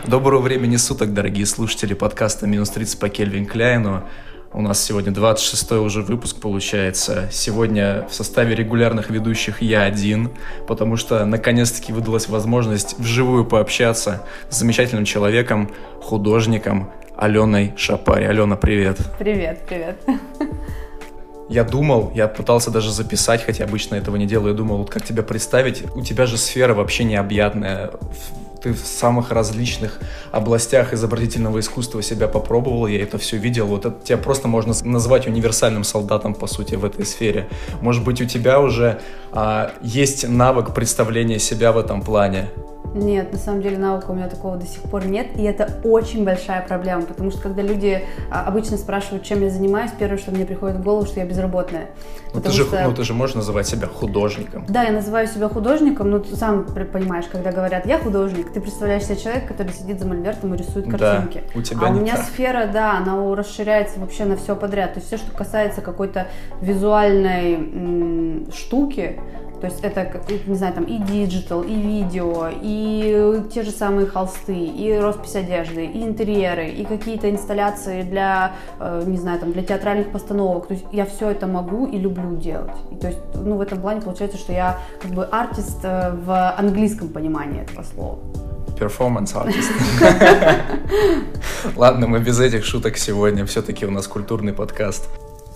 Доброго времени суток, дорогие слушатели подкаста «Минус 30» по Кельвин Кляйну. У нас сегодня 26-й уже выпуск получается. Сегодня в составе регулярных ведущих я один, потому что наконец-таки выдалась возможность вживую пообщаться с замечательным человеком, художником Аленой Шапари. Алена, привет. Привет, привет. Я пытался даже записать, хотя обычно этого не делаю. Я думал, вот как тебя представить? У тебя же сфера вообще необъятная. Ты в самых различных областях изобразительного искусства себя попробовал, я это все видел. Вот это, тебя просто можно назвать универсальным солдатом, по сути, в этой сфере. Может быть, у тебя уже есть навык представления себя в этом плане? Нет, на самом деле навыка у меня такого до сих пор нет, и это очень большая проблема, потому что когда люди обычно спрашивают, чем я занимаюсь, первое, что мне приходит в голову, что я безработная. Ты же можешь называть себя художником. Да, я называю себя художником, но ты сам понимаешь, когда говорят «я художник», ты представляешь себе человека, который сидит за мольбертом и рисует картинки. Да, у тебя не у меня так. сфера, да, она расширяется вообще на все подряд, то есть все, что касается какой-то визуальной штуки, то есть это, не знаю, там и диджитал, и видео, и те же самые холсты, и роспись одежды, и интерьеры, и какие-то инсталляции для, не знаю, там, для театральных постановок. То есть я все это могу и люблю делать. И, то есть, в этом плане получается, что я как бы артист в английском понимании этого слова. Performance артист. Ладно, мы без этих шуток сегодня. Все-таки у нас культурный подкаст.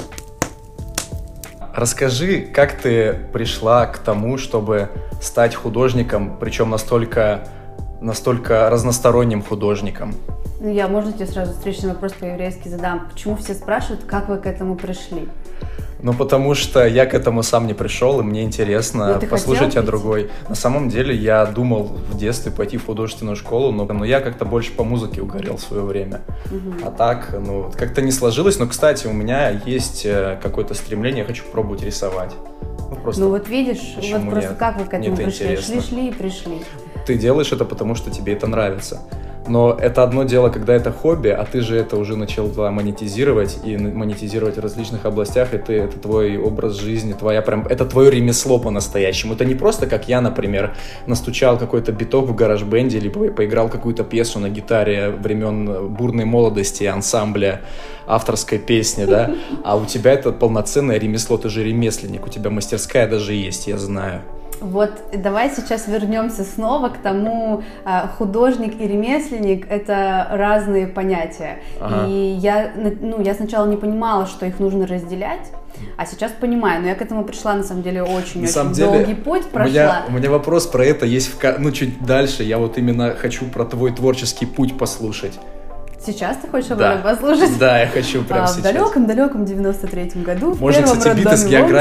Расскажи, как ты пришла к тому, чтобы стать художником, причем настолько разносторонним художником? Можно тебе сразу встречный вопрос по-еврейски задам? Почему все спрашивают, как вы к этому пришли? Потому что я к этому сам не пришел, и мне интересно послушать о другой. На самом деле я думал в детстве пойти в художественную школу, но я как-то больше по музыке угорел в свое время. А так, как-то не сложилось. Но, кстати, у меня есть какое-то стремление, я хочу пробовать рисовать. Видишь, просто как вы к этому пришли? Шли и пришли. Ты делаешь это, потому что тебе это нравится. Но это одно дело, когда это хобби, а ты же это уже начала монетизировать в различных областях. Это твой образ жизни, это твое ремесло по-настоящему. Это не просто, как я, например, настучал какой-то биток в гараж-бенде или поиграл какую-то пьесу на гитаре времен бурной молодости, ансамбля, авторской песни, да? А у тебя это полноценное ремесло, ты же ремесленник, у тебя мастерская даже есть, я знаю. Давай сейчас вернемся снова к тому, художник и ремесленник – это разные понятия. Ага. И я сначала не понимала, что их нужно разделять, а сейчас понимаю, но я к этому пришла, на самом деле, очень долгий путь прошла. У меня вопрос про это есть, чуть дальше, я именно хочу про твой творческий путь послушать. Сейчас ты хочешь об этом послушать? Да, я хочу прямо сейчас. В далеком 93-м году можно, кстати, бит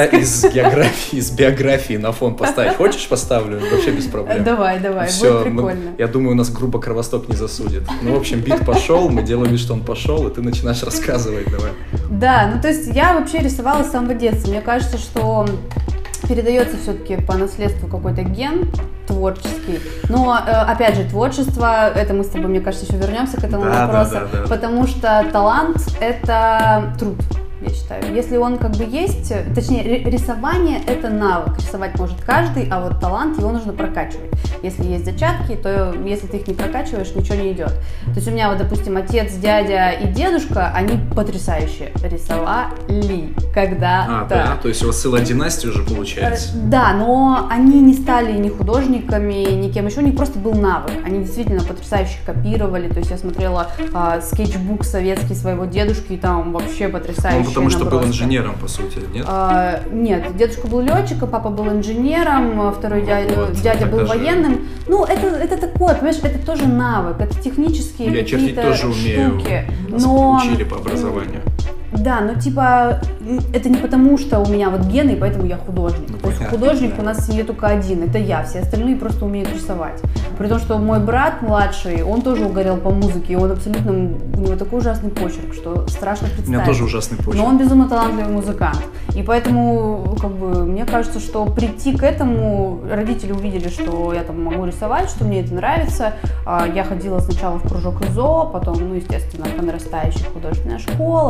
из биографии на фон поставить. Хочешь, поставлю? Вообще без проблем. Давай, будет прикольно. Я думаю, у нас группа «Кровосток» не засудит. В общем, бит пошел, мы делаем вид, что он пошел, и ты начинаешь рассказывать, давай. Да, то есть я вообще рисовала с самого детства. Мне кажется, что передается все-таки по наследству какой-то ген творческий. Но, опять же, творчество, это мы с тобой, мне кажется, еще вернемся к этому вопросу, потому что талант – это труд, я считаю. Если он есть, точнее, рисование – это навык. Рисовать может каждый, а вот талант, его нужно прокачивать. Если есть зачатки, то если ты их не прокачиваешь, ничего не идет. То есть у меня, допустим, отец, дядя и дедушка, они потрясающие рисовали когда-то. Да? То есть у вас целая династия уже получается? Да, но они не стали ни художниками, ни кем еще, у них просто был навык. Они действительно потрясающе копировали. То есть я смотрела скетчбук советский своего дедушки, и там вообще потрясающе. Потому что был инженером, по сути, нет? Нет, дедушка был летчиком, папа был инженером, второй дядя был военным. Это такое, понимаешь, это тоже навык, это технические какие-то штуки. Учили по образованию. Да, это не потому, что у меня гены, и поэтому я художник. То есть художник у нас в семье только один, это я, все остальные просто умеют рисовать. При том, что мой брат младший, он тоже угорел по музыке, и он абсолютно, у него такой ужасный почерк, что страшно представить. У меня тоже ужасный почерк. Но он безумно талантливый музыкант. И поэтому, мне кажется, что прийти к этому, родители увидели, что я могу рисовать, что мне это нравится. Я ходила сначала в кружок ИЗО, потом, естественно, по нарастающей художественная школа, вся эта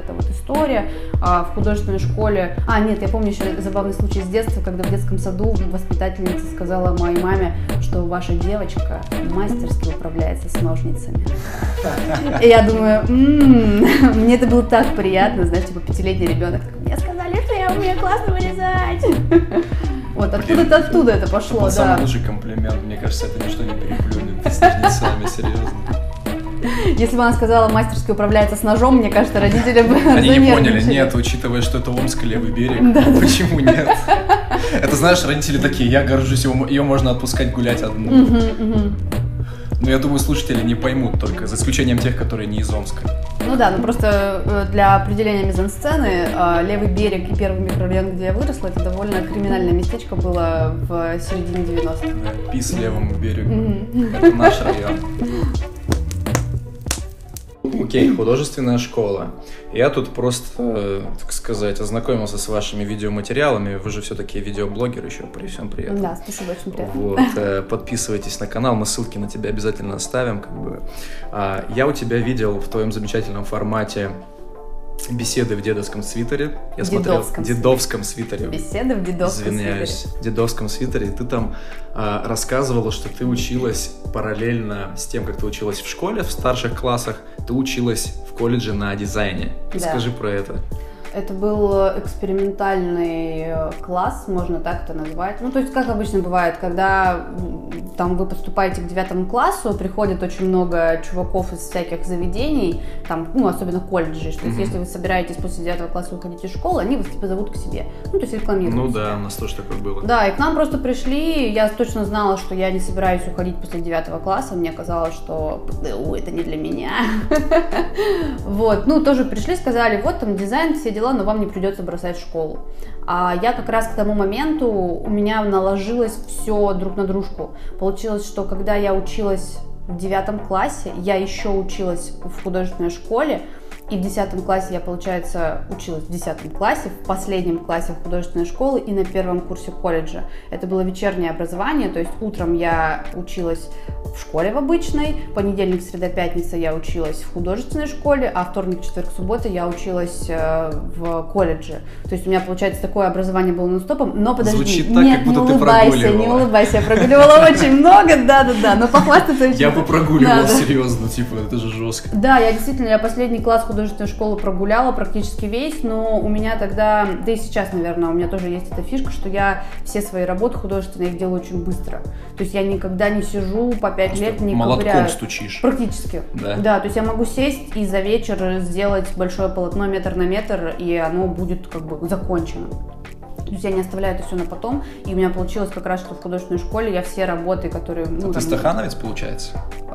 эта вот история. В художественной школе... Нет, я помню еще забавный случай с детства, когда в детском саду воспитательница сказала моей маме, что ваша девочка мастерски управляется с ножницами. И я думаю, мне это было так приятно, знаешь, типа 5-летний ребенок. Мне сказали, что я умею классно вырезать. Вот оттуда это пошло, да. Это самый лучший комплимент, мне кажется, это ничто не переплюнет с ножницами, серьезно. Если бы она сказала, мастерски управляется с ножом, мне кажется, родители бы Они не поняли, нет, учитывая, что это Омск, левый берег, почему нет? Это, знаешь, родители такие, я горжусь, ее можно отпускать гулять одну. Но я думаю, слушатели не поймут только, за исключением тех, которые не из Омска. Ну да, просто для определения мизансцены левый берег и первый микрорайон, где я выросла, это довольно криминальное местечко было в середине 90-х. Да, пис левому берегу. Это наш район. Окей, художественная школа. Я тут просто, так сказать, ознакомился с вашими видеоматериалами. Вы же все-таки видеоблогер еще, при всем при этом. Да, спасибо, очень приятно. Вот, подписывайтесь на канал, мы ссылки на тебя обязательно оставим. Я у тебя видел в твоем замечательном формате беседы в дедовском свитере. Я смотрел в дедовском свитере. Беседы в дедовском свитере. В дедовском свитере. И ты там рассказывала, что ты училась параллельно с тем, как ты училась в школе, в старших классах, ты училась в колледже на дизайне. Расскажи про это. Это был экспериментальный класс, можно так это назвать. Ну, то есть, как обычно бывает, когда там вы поступаете к 9 классу, приходит очень много чуваков из всяких заведений, там, ну, особенно колледжей, что если вы собираетесь после 9 класса уходить из школы, они вас типа зовут к себе, ну, то есть рекламируют. Ну да, у нас тоже такое было. Да, и к нам просто пришли, я точно знала, что я не собираюсь уходить после 9 класса, мне казалось, что это не для меня. Вот, ну, тоже пришли, сказали, вот там дизайн, все дела, но вам не придется бросать школу. А я как раз к тому моменту, у меня наложилось все друг на дружку. Получилось, что когда я училась в 9 классе, я еще училась в художественной школе, и в 10 классе я, получается, училась в 10 классе, в последнем классе художественной школы и на 1 курсе колледжа. Это было вечернее образование, то есть утром я училась в школе в обычной, понедельник, среда, пятница я училась в художественной школе, а вторник, четверг, суббота я училась в колледже. То есть у меня, получается, такое образование было нон-стопом, но подожди, звучит так, нет, как будто не улыбайся, я прогуливала очень много, да-да-да, но похвастаться очень... Я бы прогуливал, серьезно, типа, это же жестко. Да, я последний класс художественную школу прогуляла практически весь, но у меня тогда, да и сейчас, наверное, у меня тоже есть эта фишка, что я все свои работы художественные их делаю очень быстро. То есть я никогда не сижу по 5 просто лет, не молотком ковыряю. Стучишь. Практически. Да, то есть я могу сесть и за вечер сделать большое полотно метр на метр, и оно будет как бы закончено. То есть я не оставляю это все на потом, и у меня получилось как раз, что в художественной школе я все работы, которые... Ну, ты стахановец, получается?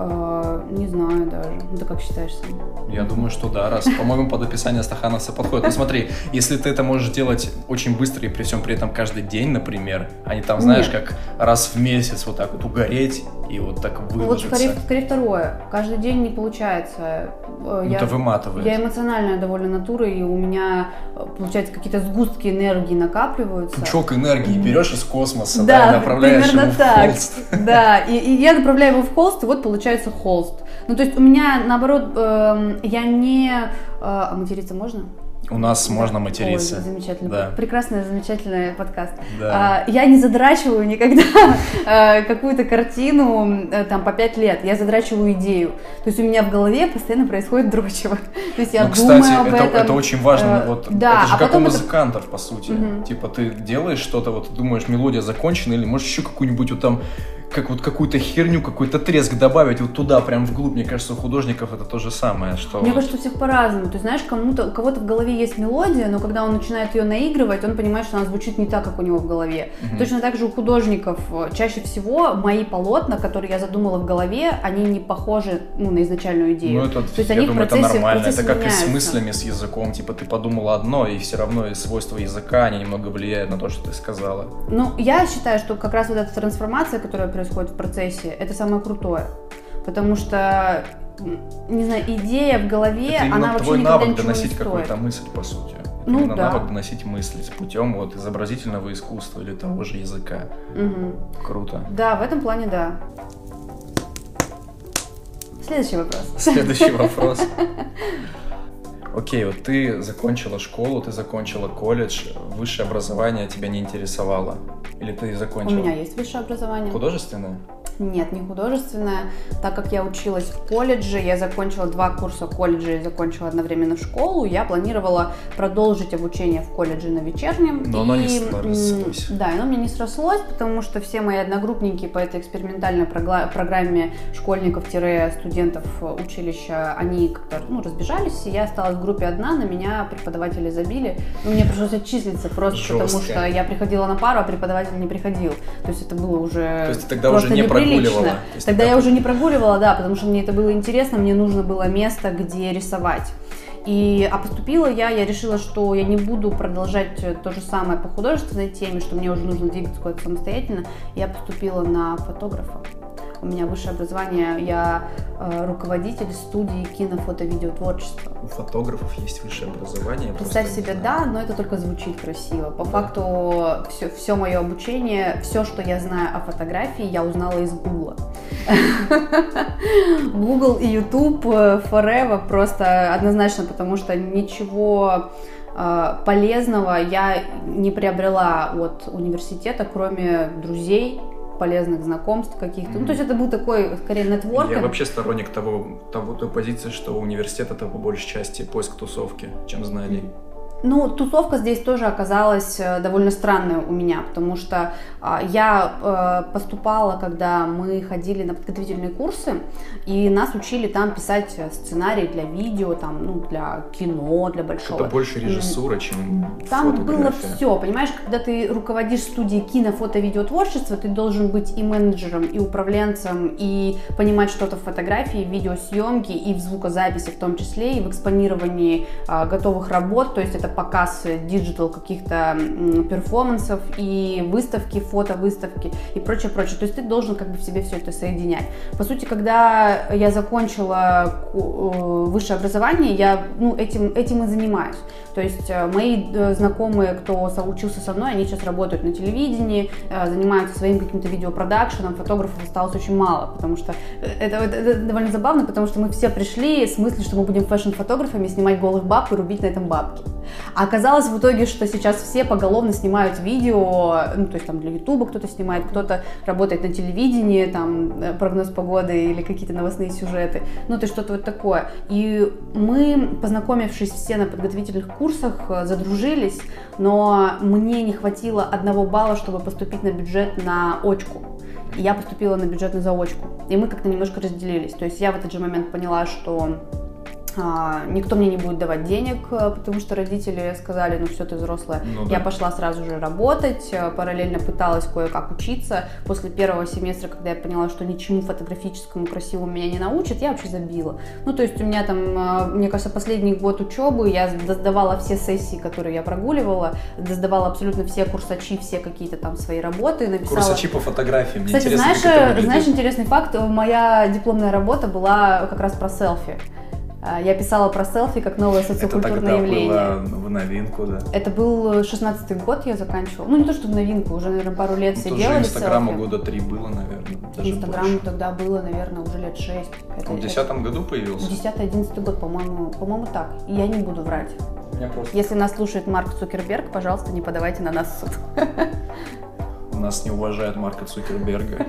Не знаю даже. Ты как считаешь сам? Я думаю, что да, раз, по-моему, под описание стахановца подходит. Ну смотри, если ты это можешь делать очень быстро и при всем при этом каждый день, например, а не там, знаешь, как раз в месяц вот так вот угореть и вот так выложиться. Вот скорее второе. Каждый день не получается. Это выматывает. Я эмоциональная довольно натура, и у меня, получается, какие-то сгустки энергии накапливаются. Пучок энергии берешь из космоса, да, и направляешь его в холст. Да, и я направляю его в холст, и вот получается холст. Ну, то есть у меня, наоборот, я не... А материться можно? У нас можно материться. Ой, замечательно. Да. Прекрасный, замечательный подкаст. Да. Я не задрачиваю никогда какую-то картину там по 5 лет. Я задрачиваю идею. То есть у меня в голове постоянно происходит дрочево. То есть я думаю об этом. Кстати, это очень важно. Вот, да, это же как у музыкантов, по сути. Типа ты делаешь что-то, вот думаешь, мелодия закончена, или можешь еще какую-нибудь вот там какую-то херню, какой-то треск добавить вот туда, прям вглубь. Мне кажется, у художников это то же самое. Что Мне кажется, у всех по-разному. То есть, знаешь, у кого-то в голове есть мелодия, но когда он начинает ее наигрывать, он понимает, что она звучит не так, как у него в голове. Точно так же у художников чаще всего мои полотна, которые я задумала в голове, они не похожи на изначальную идею. Ну, это, то есть я они думаю, это нормально. Это как меняются. И с мыслями, с языком. Типа ты подумала одно, и все равно и свойства языка, они немного влияют на то, что ты сказала. Ну, я считаю, что как раз вот эта трансформация, которая происходит в процессе, это самое крутое. Потому что, не знаю, идея в голове, это она вообще твой никогда навык ничего доносить не стоит. какую-то мысль, по сути. Это Ну, да. навык доносить мысли с путем вот изобразительного искусства или того же языка. Круто. Да, в этом плане да. Следующий вопрос. Следующий вопрос. Окей, вот ты закончила школу, ты закончила колледж, высшее образование тебя не интересовало? Или ты закончила? У меня есть высшее образование. Художественное? Нет, не художественная. Так как я училась в колледже, я закончила 2 курса колледжа и закончила одновременно школу, я планировала продолжить обучение в колледже на вечернем. Но оно не срослось. Да, оно мне не срослось, потому что все мои одногруппники по этой экспериментальной программе школьников-студентов училища, они как-то разбежались, и я осталась в группе одна, на меня преподаватели забили. Но мне пришлось отчислиться просто жестко. Потому что я приходила на пару, а преподаватель не приходил. То есть это было уже... То есть ты тогда уже не прогуливала? Тогда я уже не прогуливала, да, потому что мне это было интересно, мне нужно было место, где рисовать. А поступила я решила, что я не буду продолжать то же самое по художественной теме, что мне уже нужно двигаться куда-то самостоятельно. Я поступила на фотографа. У меня высшее образование, я руководитель студии кино, фото, видеотворчества. У фотографов есть высшее образование? Представь себе, да, но это только звучит красиво. По факту все мое обучение, все, что я знаю о фотографии, я узнала из Гугла. Google и YouTube forever просто однозначно, потому что ничего полезного я не приобрела от университета, кроме друзей, полезных знакомств каких-то. То есть это был такой, скорее, нетворкинг. Я вообще сторонник той позиции, что университет — это по большей части поиск тусовки, чем знаний. Тусовка здесь тоже оказалась довольно странной у меня, потому что я поступала, когда мы ходили на подготовительные курсы, и нас учили там писать сценарий для видео, для кино, для большого. Это больше режиссура, чем там фотография. Было все, понимаешь, когда ты руководишь студией кино, фото, видеотворчества, ты должен быть и менеджером, и управленцем, и понимать что-то в фотографии, в видеосъемке, и в звукозаписи в том числе, и в экспонировании готовых работ, то есть это показ диджитал каких-то перформансов и выставки, фотовыставки и прочее. То есть ты должен в себе все это соединять. По сути, когда я закончила высшее образование, я этим и занимаюсь. То есть мои знакомые, кто учился со мной, они сейчас работают на телевидении, занимаются своим каким-то видеопродакшеном, фотографов осталось очень мало, потому что это довольно забавно, потому что мы все пришли с мыслью, что мы будем фэшн-фотографами, снимать голых баб и рубить на этом бабки. А оказалось в итоге, что сейчас все поголовно снимают видео, то есть для Ютуба кто-то снимает, кто-то работает на телевидении, прогноз погоды или какие-то новостные сюжеты, то есть что-то вот такое. И мы, познакомившись все на подготовительных курсах, задружились, но мне не хватило 1 балла, чтобы поступить на бюджет на очку. И я поступила на бюджет на заочку. И мы как-то немножко разделились. То есть я в этот же момент поняла, что никто мне не будет давать денег, потому что родители сказали, все, ты взрослая. Я пошла сразу же работать, параллельно пыталась кое-как учиться. После первого семестра, когда я поняла, что ничему фотографическому красивому меня не научат, я вообще забила. То есть у меня мне кажется, последний год учебы я сдавала все сессии, которые я прогуливала, сдавала абсолютно все курсачи, все какие-то свои работы. Написала... Курсачи по фотографии. Мне Кстати, знаешь, интересный факт, моя дипломная работа была как раз про селфи. Я писала про селфи как новое социокультурное явление. Это тогда было в новинку, да? Это был 16-й год, я заканчивала. Не то, что в новинку, уже, наверное, пару лет все делали селфи. Инстаграму года 3 было, наверное, даже Инстаграму больше. Тогда было, наверное, уже лет 6. Он в 2010 году появился? В 10-11 год, по-моему, так. И я не буду врать. Просто... Если нас слушает Марк Цукерберг, пожалуйста, не подавайте на нас в суд. Нас не уважает Марка Цукерберга.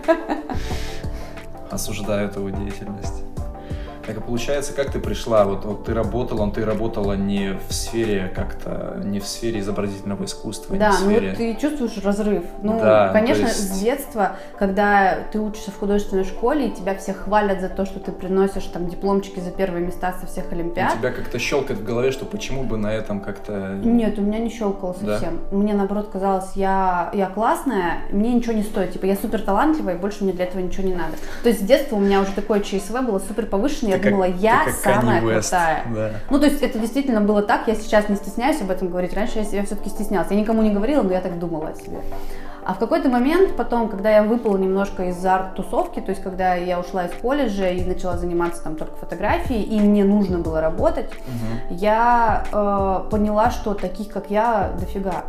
Осуждают его деятельность. Так и получается, как ты пришла? Вот ты работала не в сфере не в сфере изобразительного искусства, да, не в сфере... ты чувствуешь разрыв. Да, конечно, есть... с детства, когда ты учишься в художественной школе, и тебя все хвалят за то, что ты приносишь дипломчики за первые места со всех олимпиад. У тебя как-то щелкает в голове, что почему бы на этом как-то... Нет, у меня не щелкало совсем. Да? Мне, наоборот, казалось, я классная, мне ничего не стоит. Я супер талантливая, и больше мне для этого ничего не надо. То есть с детства у меня уже такое ЧСВ было супер повышенное. Я думала, я самая крутая. Да. То есть это действительно было так, я сейчас не стесняюсь об этом говорить. Раньше я все-таки стеснялась. Я никому не говорила, но я так думала о себе. А в какой-то момент потом, когда я выпала немножко из арт-тусовки, то есть когда я ушла из колледжа и начала заниматься только фотографией, и мне нужно было работать, я поняла, что таких, как я, дофига.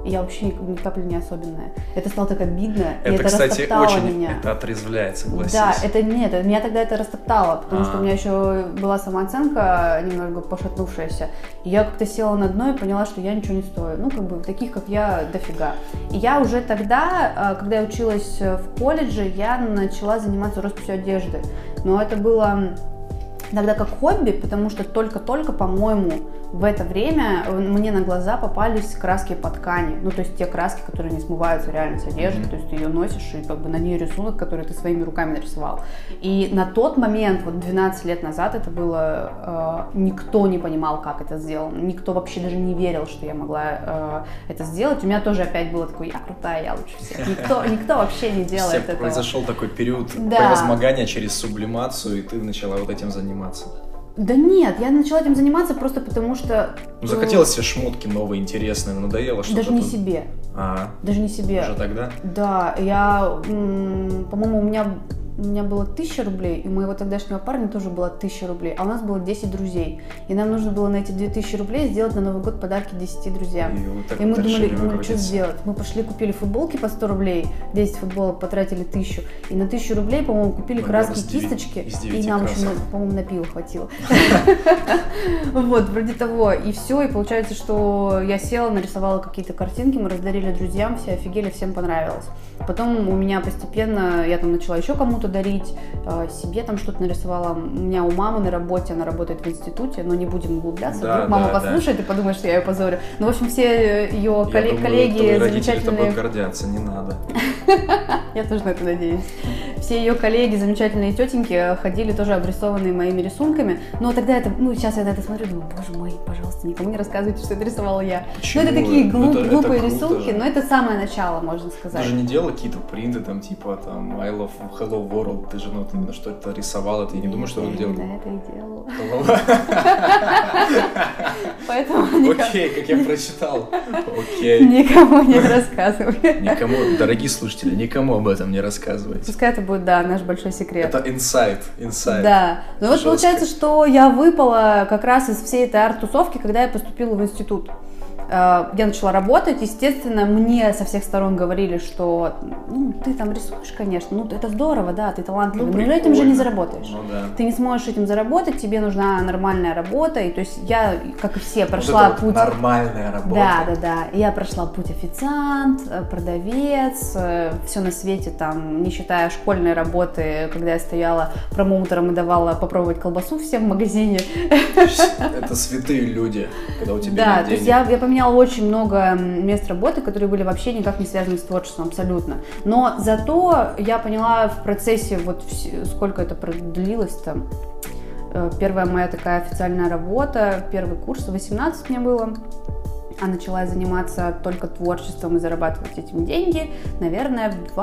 И я вообще ни капли не особенная. Это стало так обидно, и это кстати, растоптало очень меня. Это отрезвляет, согласись. Да, меня тогда это растоптало, потому что у меня еще была самооценка немного пошатнувшаяся. И я как-то села на дно и поняла, что я ничего не стою. Ну, как бы, таких, как я, дофига. И я уже тогда, когда я училась в колледже, я начала заниматься росписью одежды. Но это было тогда как хобби, потому что только-только, по-моему, в это время мне на глаза попались краски по ткани. Ну, то есть те краски, которые не смываются реально с одежды. То есть ты ее носишь, и как бы на ней рисунок, который ты своими руками нарисовал. И на тот момент, вот 12 лет назад это было, никто не понимал, как это сделано. Никто вообще даже не верил, что я могла это сделать. У меня тоже опять было такое: я крутая, я лучше всех. Никто вообще не делает этого. Произошел такой период превозмогания через сублимацию, и ты начала вот этим заниматься. Да нет, я начала этим заниматься просто потому что... Ну, захотелось себе шмотки новые, интересные, надоело что-то. Даже не себе. Даже не себе. Уже тогда? Да, по-моему, у меня было 1000 рублей, и у моего тогдашнего парня тоже было 1000 рублей, а у нас было 10 друзей. И нам нужно было на эти 2000 рублей сделать на Новый год подарки 10 друзьям. И мы думали, что сделать. Мы пошли, купили футболки по 100 рублей, 10 футболок, потратили 1000. И на 1000 рублей, по-моему, купили краски, кисточки, и нам еще, по-моему, на пиво хватило. Вот, вроде того. И все, и получается, что я села, нарисовала какие-то картинки, мы раздарили друзьям, все офигели, всем понравилось. Потом у меня постепенно, я там начала еще кому-то дарить, себе там что-то нарисовала. У меня у мамы на работе, она работает в институте, но не будем углубляться, вдруг мама послушает и подумает, что я ее позорю. Но, в общем, все ее коллеги замечательные... тобой гордятся, не надо. Я тоже на это надеюсь. Все ее коллеги, замечательные тетеньки, ходили тоже обрисованные моими рисунками. Но тогда это, сейчас я на это смотрю, думаю, боже мой, пожалуйста, никому не рассказывайте, что это рисовала я. Почему? Ну, это такие глупые это рисунки, же. но это самое начало, можно сказать. Ты же не делала какие-то принты, там, типа, там, I love Hello World, ты же, ну, ты именно что-то рисовала, ты не думаешь, что вы делали? Да, это и делала. Поэтому... Окей, как я прочитал. Окей. Никому не рассказывай. Никому, дорогие слушатели, никому об этом не рассказывайте. Пускай это будет, да, наш большой секрет. Это инсайт. Да. Ну вот получается, что я выпала как раз из всей этой арт-тусовки, когда я поступила в институт. Я начала работать, естественно, мне со всех сторон говорили, что ну, ты там рисуешь, конечно, ну это здорово, да, ты талантливый, но этим же не заработаешь. Ну, да. Ты не сможешь этим заработать, тебе нужна нормальная работа, и то есть я, как и все, прошла вот путь... Нормальная работа. Да, я прошла путь официант, продавец, все на свете там, не считая школьной работы, когда я стояла промоутером и давала попробовать колбасу всем в магазине. Это святые люди, когда у тебя да, нет то есть я поменяла очень много мест работы, которые были вообще никак не связаны с творчеством, абсолютно. Но зато я поняла в процессе, вот сколько это продлилось там, первая моя такая официальная работа, первый курс, 18 мне было, а начала я заниматься только творчеством и зарабатывать этим деньги, наверное, в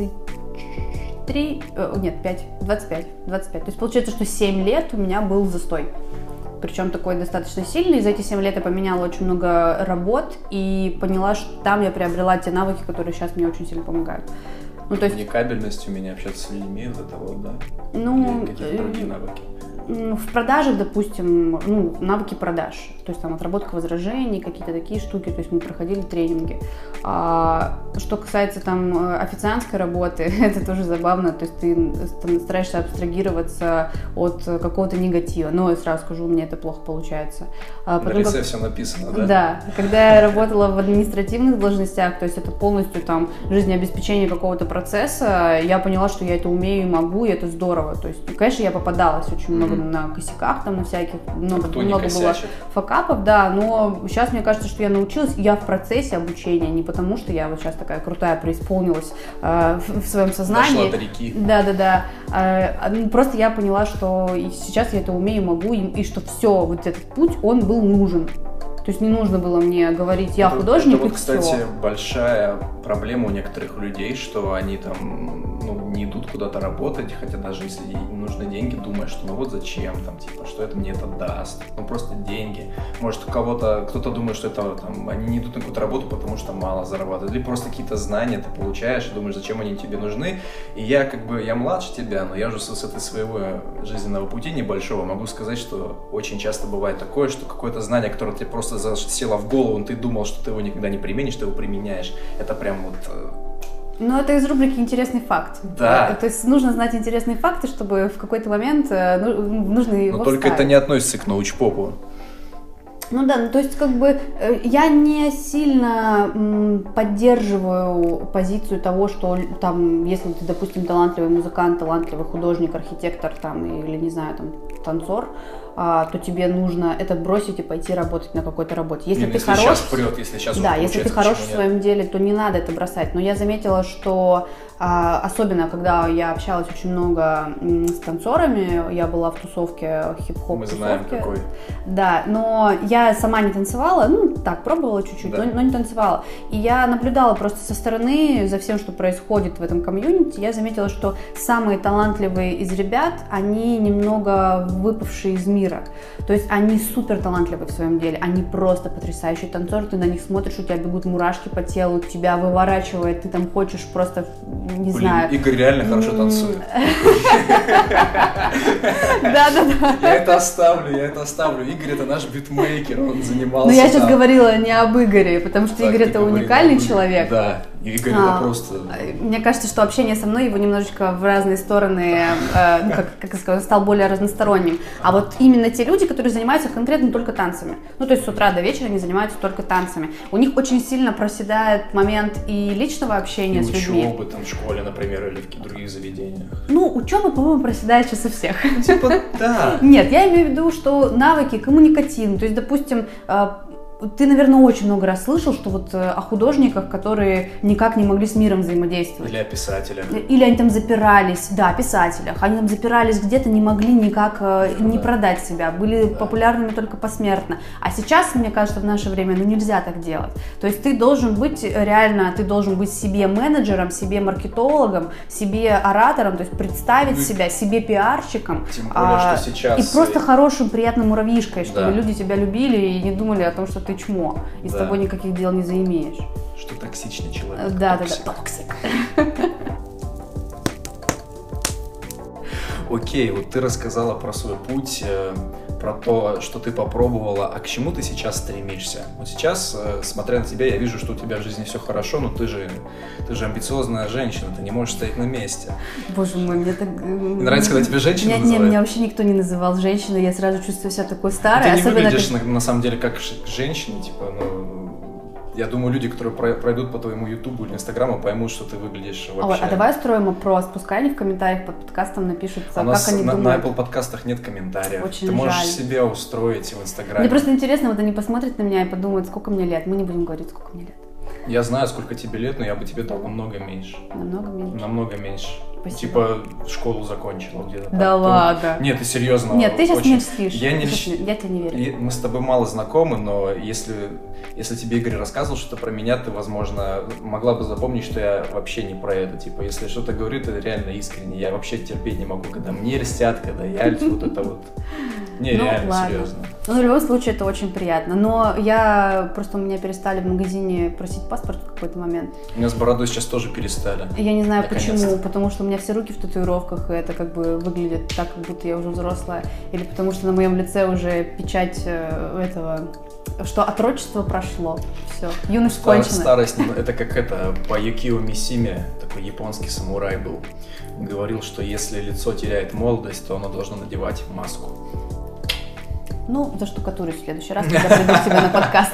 25. То есть получается, что 7 лет у меня был застой. Причем такой достаточно сильный. За эти 7 лет я поменяла очень много работ и поняла, что там я приобрела те навыки, которые сейчас мне очень сильно помогают. Ну, то есть... Коммуникабельность, умение общаться с людьми, вот это вот, да? Ну, или какие-то другие навыки? В продажах, допустим, ну, навыки продаж, то есть там отработка возражений, какие-то такие штуки, то есть мы проходили тренинги. Что касается там официантской работы, это тоже забавно, то есть ты стараешься абстрагироваться от какого-то негатива, но я сразу скажу, у меня это плохо получается. На лице все написано, да? Да, когда я работала в административных должностях, то есть это полностью там жизнеобеспечение какого-то процесса, я поняла, что я это умею и могу, и это здорово, то есть, конечно, я попадалась очень много на косяках, там на всяких, много было факапов, да, но сейчас мне кажется, что я научилась, я в процессе обучения, не потому что я вот сейчас такая крутая преисполнилась в своем сознании. Дошла до реки. Да. Просто я поняла, что сейчас я это умею, могу, и что все, вот этот путь, он был нужен. То есть не нужно было мне говорить, я художник, это вот, кстати, большая проблема у некоторых людей, что они там, ну, не идут куда-то работать, хотя даже если им нужны деньги, думают, что ну вот зачем, там, типа, что это мне это даст, ну, просто деньги. Может, у кого-то, кто-то думает, что это, там, они не идут на какую-то работу, потому что мало зарабатывают, или просто какие-то знания ты получаешь и думаешь, зачем они тебе нужны. И я, как бы, я младше тебя, но я уже с этой своего жизненного пути небольшого могу сказать, что очень часто бывает такое, что какое-то знание, которое тебе просто засело в голову, ты думал, что ты его никогда не применишь, ты его применяешь. Это прям вот... Ну, это из рубрики «Интересный факт». Да. То есть нужно знать интересные факты, чтобы в какой-то момент нужно его Но только вставить. это не относится к научпопу. Ну да, ну то есть как бы я не сильно поддерживаю позицию того, что там, если ты, допустим, талантливый музыкант, талантливый художник, архитектор там, или, не знаю, там, танцор, то тебе нужно это бросить и пойти работать на какой-то работе. Если ты хорош, сейчас прет, если сейчас да, если ты хорош в своем деле, то не надо это бросать. Но я заметила, что особенно когда я общалась очень много с танцорами, я была в тусовке, хип-хоп тусовке. Мы знаем какой. Да, но я сама не танцевала, ну так, пробовала чуть-чуть, да. но не танцевала. И я наблюдала просто со стороны за всем, что происходит в этом комьюнити. Я заметила, что самые талантливые из ребят, они немного выпавшие из мира. То есть они супер талантливые в своем деле, они просто потрясающие танцоры, ты на них смотришь, у тебя бегут мурашки по телу, тебя выворачивает, ты там хочешь просто, не знаю. Игорь реально хорошо танцует. Да-да-да. Я это оставлю. Игорь — это наш битмейкер, он занимался. Но я сейчас говорила не об Игоре, потому что Игорь — это уникальный человек. Да, Игорь — это просто... Мне кажется, что общение со мной его немножечко в разные стороны, ну, как я сказала, стал более разносторонним. А вот именно те люди, которые занимаются конкретно только танцами. Ну, то есть с утра до вечера они занимаются только танцами. У них очень сильно проседает момент и личного общения с людьми. Учебы там в школе, например, или в других заведениях. Ну, учеба, по-моему, проседает сейчас у всех. Типа, да. Нет, я имею в виду, что навыки коммуникативные. То есть, допустим, ты, наверное, очень много раз слышал, что вот о художниках, которые никак не могли с миром взаимодействовать. Или о писателях. Или они там запирались, да, о писателях. Они там запирались где-то, не могли никак не продать себя, были популярными только посмертно. А сейчас, мне кажется, в наше время, ну, нельзя так делать. То есть ты должен быть реально, ты должен быть себе менеджером, себе маркетологом, себе оратором, то есть представить себя, себе пиарщиком. Тем более, что сейчас... И просто хорошим, приятным муравьишкой, чтобы люди тебя любили и не думали о том, что ты чмо, и с тобой никаких дел не заимеешь. Что токсичный человек. Да, токсик. Окей, вот ты рассказала про свой путь, про то, что ты попробовала, а к чему ты сейчас стремишься? Вот сейчас, смотря на тебя, я вижу, что у тебя в жизни все хорошо, но ты же амбициозная женщина, ты не можешь стоять на месте. Боже мой, мне так... Мне нравится, когда тебя женщина называют. Нет, меня вообще никто не называл женщиной, я сразу чувствую себя такой старой. Ты не выглядишь, на самом деле, как женщина, типа, ну... Я думаю, люди, которые пройдут по твоему ютубу или инстаграму, поймут, что ты выглядишь вообще... А давай устроим опрос, пускай они в комментариях под подкастом напишут, как они думают. На Apple подкастах нет комментариев. Очень ты можешь жаль. себе устроить в инстаграме. Мне просто интересно, вот они посмотрят на меня и подумают, сколько мне лет. Мы не будем говорить, сколько мне лет. Я знаю, сколько тебе лет, но я бы тебе дал намного меньше. Намного меньше? Намного меньше. Спасибо. Типа школу закончила где-то. Да ладно? Нет, ты серьезно. Нет, ты сейчас очень... не льстишь. Я тебе не верю. Мы с тобой мало знакомы, но если тебе Игорь рассказывал что-то про меня, ты, возможно, могла бы запомнить, что я вообще не про это. Типа, если что-то говорю, это реально искренне. Я вообще терпеть не могу, когда мне льстят, когда я вот это вот. Не, реально, серьезно. Ну, в любом случае, это очень приятно. Но просто у меня перестали в магазине просить паспорт в какой-то момент. У меня с бородой сейчас тоже перестали. Я не знаю почему, потому что у меня все руки в татуировках, и это как бы выглядит так, как будто я уже взрослая. Или потому что на моем лице уже печать этого, что отрочество прошло. Все, юность кончена. Старость, это как это, по Юкио Мисиме, такой японский самурай был. Он говорил, что если лицо теряет молодость, то оно должно надевать маску. Ну, заштукатурюсь в следующий раз, когда приду к тебе на подкаст.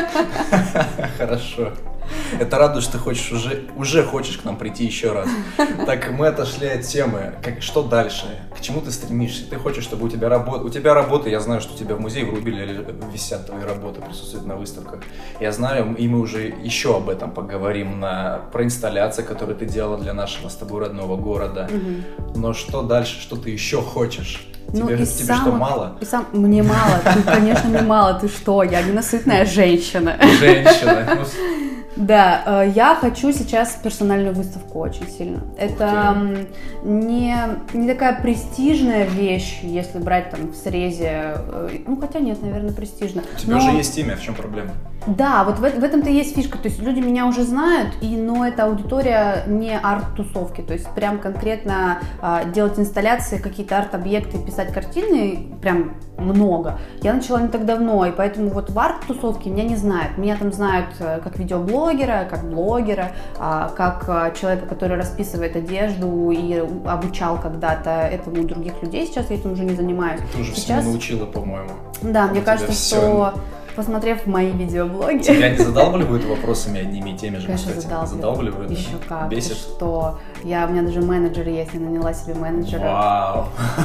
Хорошо. Это радует, что ты хочешь уже хочешь к нам прийти еще раз. Так, мы отошли от темы. Что дальше? К чему ты стремишься? Ты хочешь, чтобы у тебя работа, я знаю, что у тебя в музее в Рубиле висят твои работы, присутствуют на выставках. Я знаю, и мы уже еще об этом поговорим про инсталляции, которые ты делала для нашего с тобой родного города. Но что дальше? Что ты еще хочешь? Тебе что, мало? Мне мало, конечно, мне мало. Ты что? Я ненасытная женщина. Женщина. Да, я хочу сейчас персональную выставку очень сильно. Это не такая престижная вещь, если брать там в срезе, ну хотя нет, наверное, престижно. У тебя уже есть имя, в чем проблема? Да, вот в этом-то и есть фишка, то есть люди меня уже знают, но это аудитория не арт-тусовки, то есть прям конкретно делать инсталляции, какие-то арт-объекты, писать картины прям много. Я начала не так давно, и поэтому вот в арт-тусовке меня не знают. Меня там знают как видеоблогера, как блогера, как человека, который расписывает одежду и обучал когда-то этому других людей. Сейчас я этим уже не занимаюсь. Ты уже всему научила, по-моему. Да, мне кажется, что... Посмотрев мои видеоблоги... Тебя не задалбливают вопросами одними и теми же? Конечно, задалбливают. Еще как. Бесит? Что у меня даже менеджер есть, я наняла себе менеджера. Вау!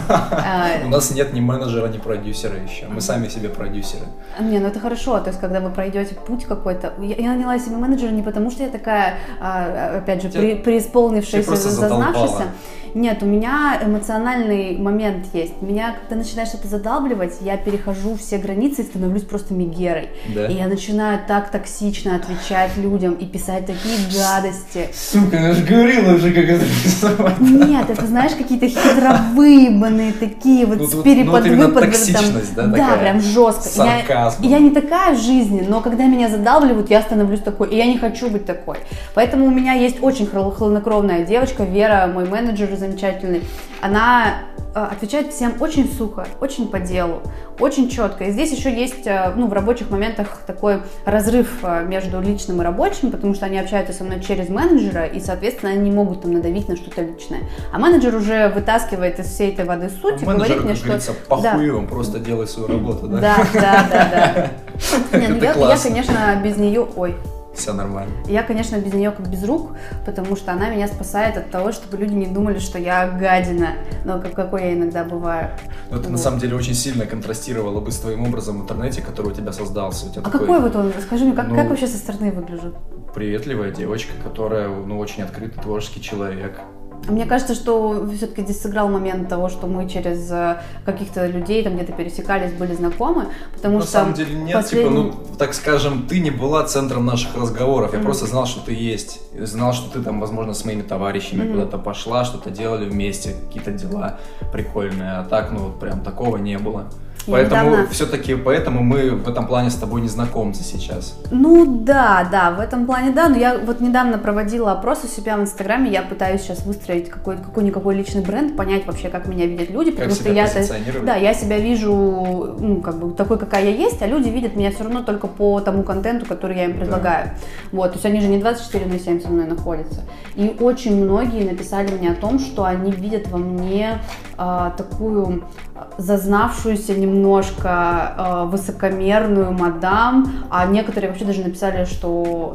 У нас нет ни менеджера, ни продюсера еще. Мы сами себе продюсеры. Не, ну это хорошо. То есть, когда вы пройдете путь какой-то... Я наняла себе менеджера не потому, что я такая, опять же, преисполнившаяся, зазнавшаяся. Нет, у меня эмоциональный момент есть. Меня, когда начинаешь это задалбливать, я перехожу все границы и становлюсь просто мегерой. Да? И я начинаю так токсично отвечать людям и писать такие гадости. Сука, я же говорила уже, как это рисовать. Нет, это, знаешь, какие-то хитровыебанные такие вот с переподвыпадами. Токсичность, да, да, прям жестко. Сарказм. Я не такая в жизни, но когда меня задалбливают, я становлюсь такой. И я не хочу быть такой. Поэтому у меня есть очень хладнокровная девочка, Вера, мой менеджер замечательный. Она отвечает всем очень сухо, очень по делу, очень четко. И здесь еще есть, в рабочих моментах такой разрыв между личным и рабочим, потому что они общаются со мной через менеджера, и, соответственно, они не могут там надавить на что-то личное. А менеджер уже вытаскивает из всей этой воды суть и говорит мне, что... Менеджер, похуй вам, просто делай свою работу, да? Да. Я, конечно, без нее... Все нормально. Я, конечно, без нее как без рук, потому что она меня спасает от того, чтобы люди не думали, что я гадина, но какой я иногда бываю. Но это на самом деле очень сильно контрастировало бы с твоим образом в интернете, который у тебя создался. Какой вот он? Расскажи мне, как вообще со стороны выгляжу? Приветливая девочка, которая, очень открытый, творческий человек. Мне кажется, что все-таки здесь сыграл момент того, что мы через каких-то людей там где-то пересекались, были знакомы, потому на что... На самом деле нет, так скажем, ты не была центром наших разговоров, я просто знал, что ты есть, знал, что ты там, возможно, с моими товарищами куда-то пошла, что-то делали вместе, какие-то дела прикольные, а так, прям такого не было. Поэтому все-таки мы в этом плане с тобой не знакомцы сейчас. Да, в этом плане да, но я вот недавно проводила опрос у себя в Инстаграме, я пытаюсь сейчас выстроить какой-никакой личный бренд, понять вообще, как меня видят люди, потому что я себя вижу, такой, какая я есть, а люди видят меня все равно только по тому контенту, который я им предлагаю. Вот, то есть они же не 24/7 со мной находятся. И очень многие написали мне о том, что они видят во мне такую зазнавшуюся немножко высокомерную мадам, а некоторые вообще даже написали, что,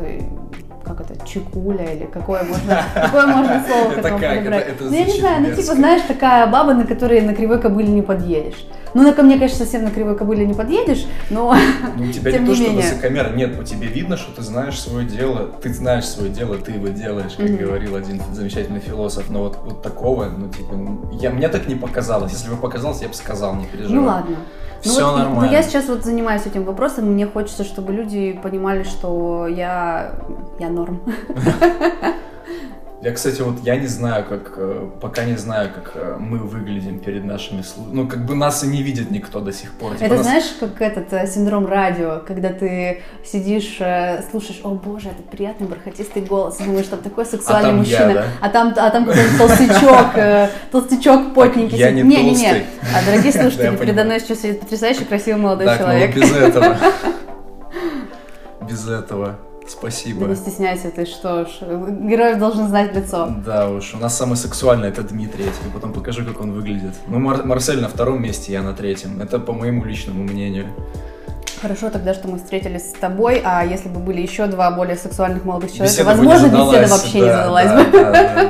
как это, чекуля или какое можно слово к этому подобрать. Я не знаю, знаешь, такая баба, на которой на кривой кобыле не подъедешь. Ко мне, конечно, совсем на кривой кобыле не подъедешь, но у тебя не то, что высокомер, нет, у тебя видно, что ты знаешь свое дело, ты его делаешь, как говорил один замечательный философ, но вот такого, мне так не показалось, если бы показалось, я бы сказал, не переживай. Ладно. Все нормально. Я сейчас занимаюсь этим вопросом, мне хочется, чтобы люди понимали, что я норм. Я, кстати, я не знаю, пока не знаю, как мы выглядим перед нашими слушателями. Нас и не видит никто до сих пор. Это знаешь, как этот синдром радио, когда ты сидишь, слушаешь, о боже, этот приятный бархатистый голос, думаешь, там такой сексуальный мужчина, да? а там какой-то толстячок потненький. Я не толстый. Дорогие слушатели, передо мной сейчас сидит потрясающий красивый молодой человек. Без этого. Спасибо. Да не стесняйся, ты что ж, героев должен знать лицо. Да уж, у нас самый сексуальный это Дмитрий, я тебе потом покажу, как он выглядит. Марсель на 2-м месте, я на 3-м, это по моему личному мнению. Хорошо тогда, что мы встретились с тобой, а если бы были еще 2 более сексуальных молодых человека, беседа возможно, беседа вообще не задалась бы. Да.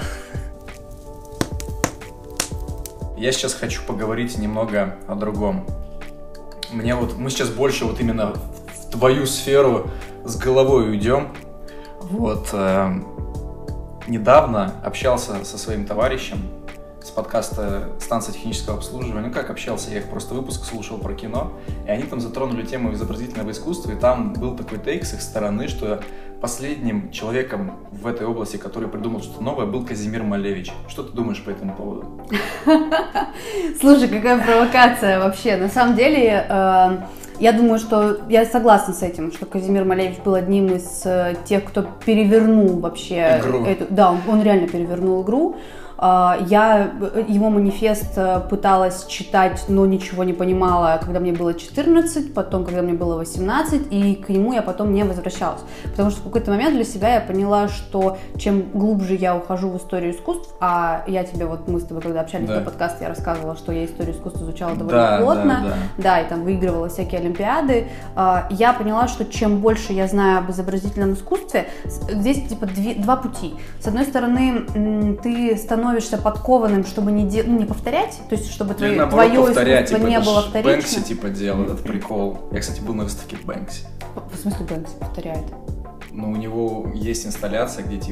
Я сейчас хочу поговорить немного о другом. Мы сейчас больше именно в твою сферу с головой уйдем. Недавно общался со своим товарищем, с подкаста «Станция технического обслуживания». Ну, как общался, я их просто выпуск слушал про кино, и они там затронули тему изобразительного искусства, и там был такой тейк с их стороны, что последним человеком в этой области, который придумал что-то новое, был Казимир Малевич. Что ты думаешь по этому поводу? Слушай, какая провокация вообще. На самом деле, я думаю, что я согласна с этим, что Казимир Малевич был одним из тех, кто перевернул вообще эту... Да, он реально перевернул игру. Я его манифест пыталась читать, но ничего не понимала, когда мне было 14, потом, когда мне было 18, и к нему я потом не возвращалась. Потому что в какой-то момент для себя я поняла, что чем глубже я ухожу в историю искусств, а я тебе, вот мы с тобой, когда общались до подкаста, я рассказывала, что я историю искусств изучала довольно плотно, да, и там выигрывала всякие олимпиады, я поняла, что чем больше я знаю об изобразительном искусстве, здесь типа два пути. С одной стороны, ты становишься подкованным, чтобы не повторять, то есть чтобы твое искусство не было вторичным. Бэнкси типа делал этот прикол. Я, кстати, был на выставке Бэнкси. В смысле Бэнкси повторяет? Ну, у него есть инсталляция, где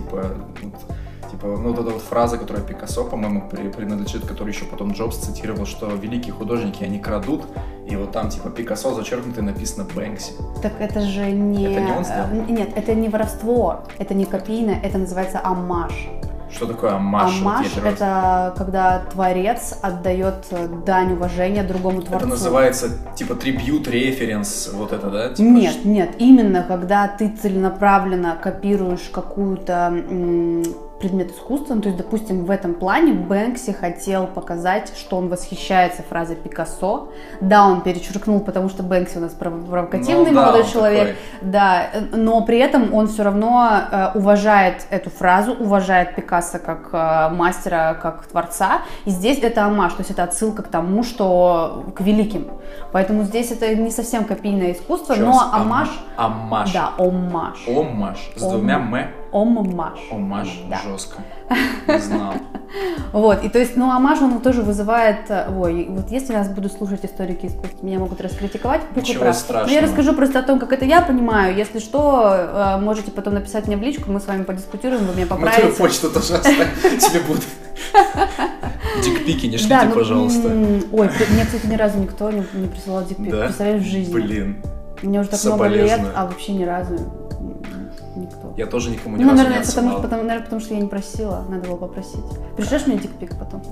вот эта вот фраза, которая Пикассо, по-моему, принадлежит, которую еще потом Джобс цитировал, что великие художники, они крадут, и вот там типа Пикассо зачеркнуто и написано Бэнкси. Так это же не... Это не он сделал? Нет, это не воровство, это не копийное, это называется оммаж. Что такое оммаж? Оммаж – это когда творец отдает дань уважения другому творцу. Это называется типа трибьют, референс, вот это, да? Типа, нет, именно когда ты целенаправленно копируешь какую-то предмет искусства, то есть, допустим, в этом плане Бэнкси хотел показать, что он восхищается фразой Пикассо. Да, он перечеркнул, потому что Бэнкси у нас провокативный молодой человек, да, но при этом он все равно уважает эту фразу, уважает Пикассо как мастера, как творца, и здесь это оммаж, то есть это отсылка к тому, что к великим. Поэтому здесь это не совсем копийное искусство, но оммаж. Оммаж. Да, оммаж. Оммаж. С двумя «м». Оммаж. Оммаж, да. Жестко. Не знал. Вот, и то есть, оммаж, он тоже вызывает, вот если нас будут слушать историки искусства, меня могут раскритиковать. Ничего страшного. Я расскажу просто о том, как это я понимаю, если что, можете потом написать мне в личку, мы с вами подискутируем, вы меня поправите. Мы твою почту тоже оставим, тебе будут. Дикпики не шлите, пожалуйста. Ой, мне, кстати, ни разу никто не присылал дикпик, представляешь, в жизни. Блин. Мне уже так много лет, а вообще ни разу никто. Я тоже никому ни разу не отсылал. Наверное, потому что я не просила, надо было попросить. Пришлешь мне дикпик потом?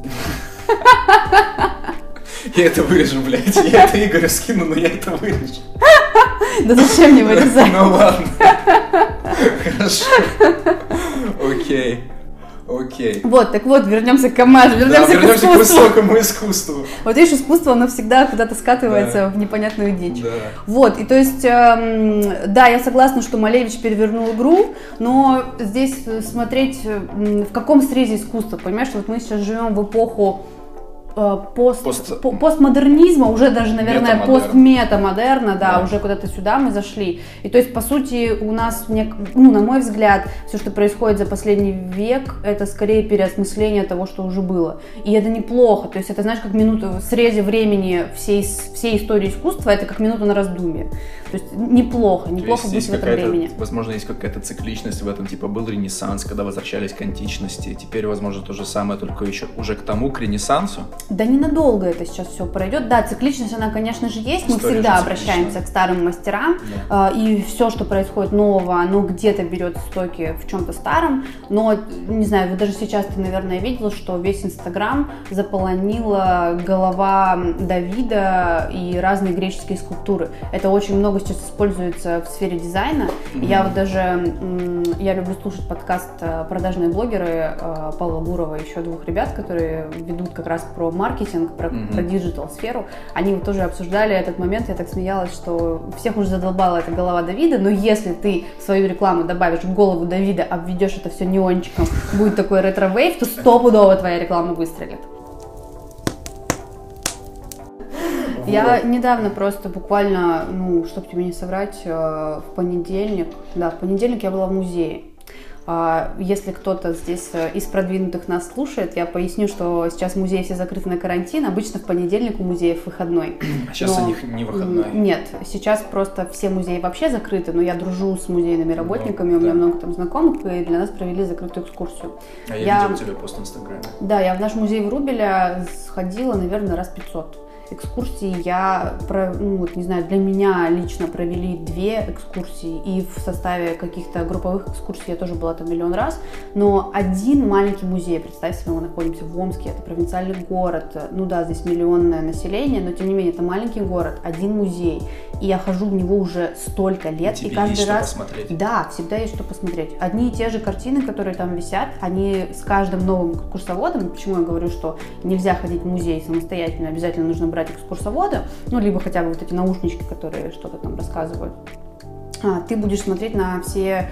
Я это вырежу, блядь. Я это Игорю скину, но я это вырежу. Да зачем мне вырезать? Ну ладно. Хорошо. Окей. Вот, так вот, вернемся к оммажу, вернемся к высокому искусству. Вот видишь, искусство, оно всегда куда-то скатывается в непонятную дичь. Да. Вот, и то есть, да, я согласна, что Малевич перевернул игру, но здесь смотреть, в каком срезе искусства, понимаешь, вот мы сейчас живем в эпоху постмодернизма, уже даже, наверное, постметамодерна, да, уже куда-то сюда мы зашли. И то есть, по сути, у нас, на мой взгляд, все, что происходит за последний век, это скорее переосмысление того, что уже было. И это неплохо. То есть, это, знаешь, как минута в срезе времени всей истории искусства, это как минута на раздумье. То есть, неплохо быть в этом времени. Возможно, есть какая-то цикличность в этом, типа, был Ренессанс, когда возвращались к античности, теперь, возможно, то же самое, только еще уже к тому, к Ренессансу. Да ненадолго это сейчас все пройдет. Да, цикличность, она, конечно же, есть. Мы всегда обращаемся к старым мастерам. Да. И все, что происходит нового, оно где-то берет истоки в чем-то старом. Но, не знаю, вот даже сейчас ты, наверное, видел, что весь Инстаграм заполонила голова Давида и разные греческие скульптуры. Это очень много сейчас используется в сфере дизайна. Я вот даже, я люблю слушать подкаст «Продажные блогеры» Павла Гурова и еще двух ребят, которые ведут как раз про маркетинг, про диджитал-сферу. Они вот тоже обсуждали этот момент, я так смеялась, что всех уже задолбала эта голова Давида, но если ты в свою рекламу добавишь голову Давида, обведешь это все неончиком, будет такой ретро-вейв, то стопудово твоя реклама выстрелит. Я недавно просто буквально, чтобы тебе не соврать, в понедельник я была в музее. Если кто-то здесь из продвинутых нас слушает, я поясню, что сейчас музеи все закрыты на карантин. Обычно в понедельник у музеев выходной. А сейчас у них не выходной? Нет, сейчас просто все музеи вообще закрыты, но я дружу с музейными работниками, у меня много там знакомых, и для нас провели закрытую экскурсию. А я видел тебя пост в Инстаграме. Да, я в наш музей Врубеля сходила, наверное, раз 500. Экскурсии не знаю, для меня лично провели 2 экскурсии, и в составе каких-то групповых экскурсий я тоже была там миллион раз, но один маленький музей, представь себе, мы находимся в Омске, это провинциальный город, ну да, здесь миллионное население, но тем не менее это маленький город, один музей, и я хожу в него уже столько лет, тебе и каждый есть раз... что посмотреть. Да, всегда есть что посмотреть. Одни и те же картины, которые там висят, они с каждым новым экскурсоводом, почему я говорю, что нельзя ходить в музей самостоятельно, обязательно нужно брать экскурсовода, ну, либо хотя бы вот эти наушнички, которые что-то там рассказывают. Ты будешь смотреть на все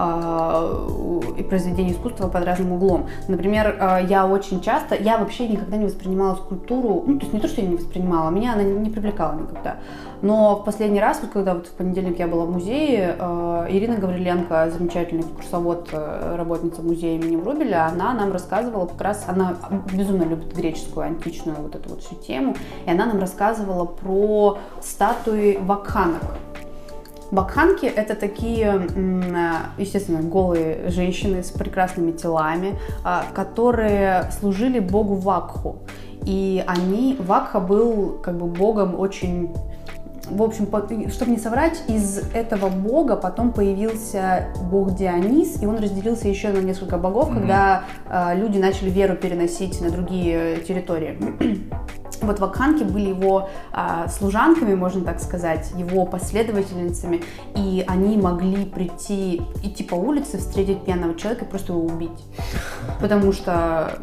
произведения искусства под разным углом. Например, я вообще никогда не воспринимала скульптуру, ну, то есть не то, что я не воспринимала, меня она не привлекала никогда. Но в последний раз, вот когда вот в понедельник я была в музее, Ирина Гавриленко, замечательный экскурсовод, работница музея имени Врубеля, она нам рассказывала как раз, она безумно любит греческую, античную вот эту вот всю тему, и она нам рассказывала про статуи вакханок. Вакханки — это такие, естественно, голые женщины с прекрасными телами, которые служили богу Вакху. И Вакха был как бы богом очень... В общем, чтобы не соврать, из этого бога потом появился бог Дионис, и он разделился еще на несколько богов, когда люди начали веру переносить на другие территории. Вот вакханки были его служанками, можно так сказать, его последовательницами, и они могли идти по улице, встретить пьяного человека и просто его убить. Потому что,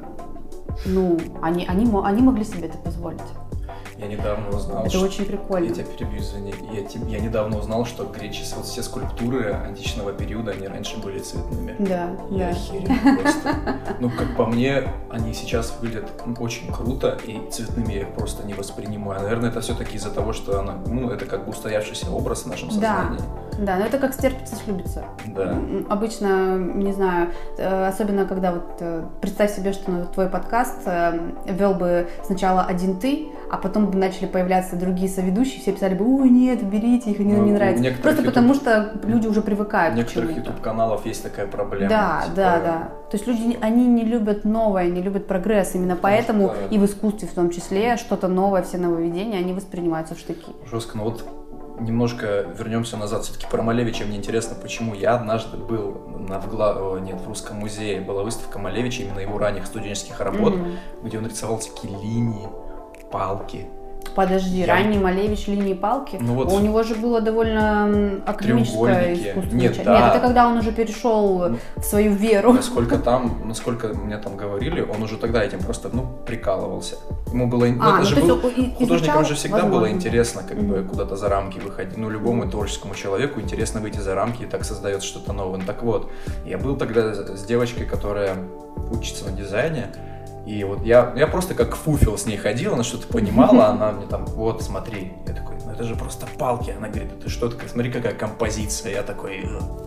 они могли себе это позволить. Я недавно узнал, это очень прикольно. Я тебя перебью, извини. Я недавно узнал, что греческие, вот все скульптуры античного периода, они раньше были цветными. Да, я охерел просто. Ну, как по мне, они сейчас выглядят очень круто, и цветными я их просто не воспринимаю. Наверное, это все-таки из-за того, что это как бы устоявшийся образ в нашем сознании. Да, но это как стерпится, слюбится. Да. Обычно, не знаю, особенно когда вот представь себе, что твой подкаст вел бы сначала один ты, а потом бы начали появляться другие соведущие, все писали бы: ой, нет, берите их, они нам не нравятся. Просто потому что люди уже привыкают к чему-то. У некоторых YouTube-каналов есть такая проблема. Да. То есть люди, они не любят новое, не любят прогресс. Именно поэтому и в искусстве в том числе что-то новое, все нововведения, они воспринимаются в штыки. Жестко, но вот немножко вернемся назад. Все-таки про Малевича мне интересно, почему я однажды был в Русском музее. Была выставка Малевича, именно его ранних студенческих работ, где он рисовал такие линии, палки. Подожди, ранний Малевич, линии, палки? У него же было довольно академическое искусство. Нет, это когда он уже перешел в свою веру. Насколько мне там говорили, он уже тогда этим просто, прикалывался. Ему было... художникам же всегда было интересно как бы куда-то за рамки выходить. Любому творческому человеку интересно выйти за рамки, и так создается что-то новое. Так вот, я был тогда с девочкой, которая учится на дизайне, и вот я просто как фуфел с ней ходил, она что-то понимала, она мне там: вот, смотри. Я такой: это же просто палки. Она говорит: это что такое? Смотри, какая композиция. Я такой...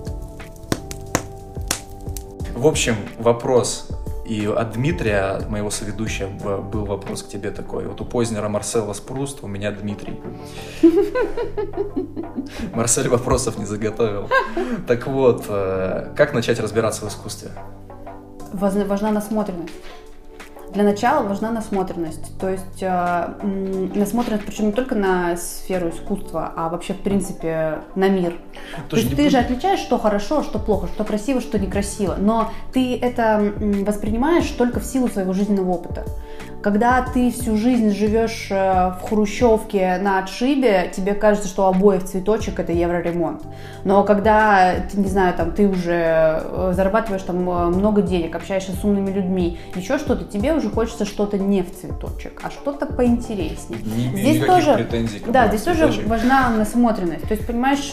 В общем, вопрос. И от Дмитрия, моего соведущего, был вопрос к тебе такой. Вот у Познера Марселла Спруст, у меня Дмитрий. Марсель вопросов не заготовил. Так вот, как начать разбираться в искусстве? Важна насмотренность. Для начала важна насмотренность, то есть насмотренность, причем не только на сферу искусства, а вообще, в принципе, на мир. То есть ты же отличаешь, что хорошо, что плохо, что красиво, что некрасиво, но ты это воспринимаешь только в силу своего жизненного опыта. Когда ты всю жизнь живешь в хрущевке на отшибе, тебе кажется, что у обоев цветочек — это евроремонт. Но когда, не знаю, ты уже зарабатываешь там много денег, общаешься с умными людьми, еще что-то, тебе уже хочется что-то не в цветочек, а что-то поинтереснее. Здесь тоже претензий. Да, здесь тоже важна насмотренность. То есть, понимаешь,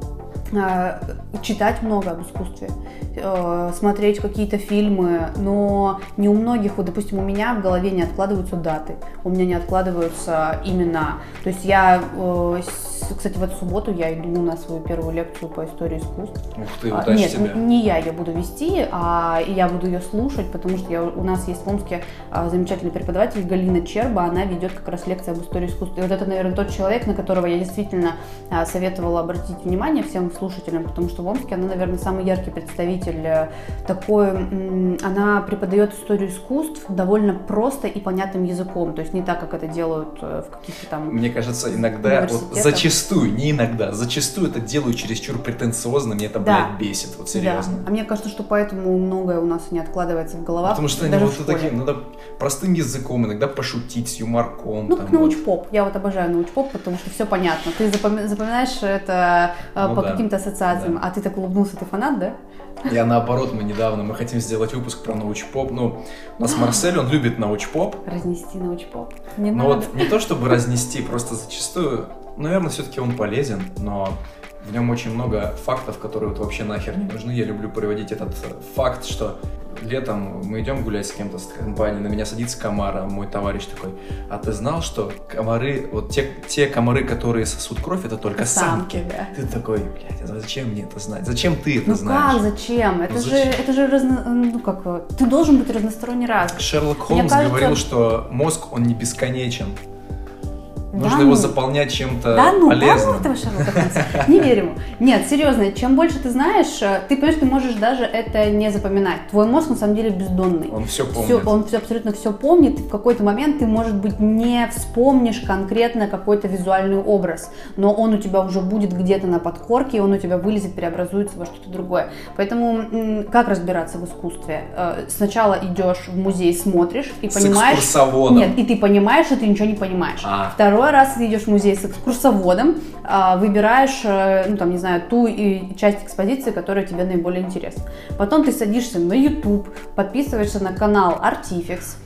читать много об искусстве, смотреть какие-то фильмы, но не у многих, вот, допустим, у меня в голове не откладываются даты, у меня не откладываются имена. То есть я кстати, в эту субботу я иду на свою первую лекцию по истории искусств. Ух ты, удачи Нет, тебе. Не я ее буду вести, а я буду ее слушать, потому что у нас есть в Омске замечательный преподаватель Галина Черба, она ведет как раз лекции об истории искусств. И вот это, наверное, тот человек, на которого я действительно советовала обратить внимание всем слушателям, потому что в Омске она, наверное, самый яркий представитель такой, она преподает историю искусств довольно просто и понятным языком, то есть не так, как это делают в каких-то там... Мне кажется, иногда, вот зачастую, не иногда, зачастую это делают чересчур претенциозно, мне это, блядь, бесит, вот серьезно. Да. А мне кажется, что поэтому многое у нас не откладывается в головах. Потому что они вот такие, надо простым языком, иногда пошутить, с юморком. Ну, как научпоп. Я вот обожаю научпоп, потому что все понятно. Ты запоминаешь это по каким-то ассоциациям, да. А ты так улыбнулся, ты фанат, да? Я наоборот, мы хотим сделать выпуск про научпоп. Ну, у нас Марсель, он любит научпоп. Разнести научпоп. Ну вот не то чтобы разнести, просто зачастую, наверное, все-таки он полезен, но в нем очень много фактов, которые вот вообще нахер не нужны. Я люблю приводить этот факт, что летом мы идем гулять с кем-то, с компанией, на меня садится комар, а мой товарищ такой: а ты знал, что комары, вот те комары, которые сосут кровь, это только самки? Да. Ты такой: блядь, а зачем мне это знать? Зачем ты это знаешь? Ну как, зачем? Это же ты должен быть разносторонне развит. Шерлок Холмс говорил, что мозг, он не бесконечен. Нужно его заполнять чем-то полезным. Да ну этого Шерлока Холмса. Не верю ему. Нет, серьезно, чем больше ты знаешь, ты понимаешь, ты можешь даже это не запоминать. Твой мозг на самом деле бездонный. Он все помнит. Он абсолютно все помнит. И в какой-то момент ты, может быть, не вспомнишь конкретно какой-то визуальный образ, но он у тебя уже будет где-то на подкорке, и он у тебя вылезет, преобразуется во что-то другое. Поэтому как разбираться в искусстве? Сначала идешь в музей, смотришь и понимаешь... С экскурсоводом. Нет, и ты понимаешь, что ты ничего не понимаешь. Второй раз ты идешь в музей с экскурсоводом, выбираешь, не знаю, ту часть экспозиции, которая тебе наиболее интересна. Потом ты садишься на YouTube, подписываешься на канал Artifex.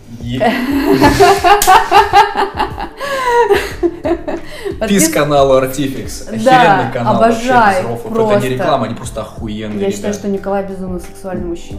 Пис каналу Artifex. Охеренный канал. Обожаю. Это не реклама, они просто охуенные. Я считаю, что Николай безумно сексуальный мужчина.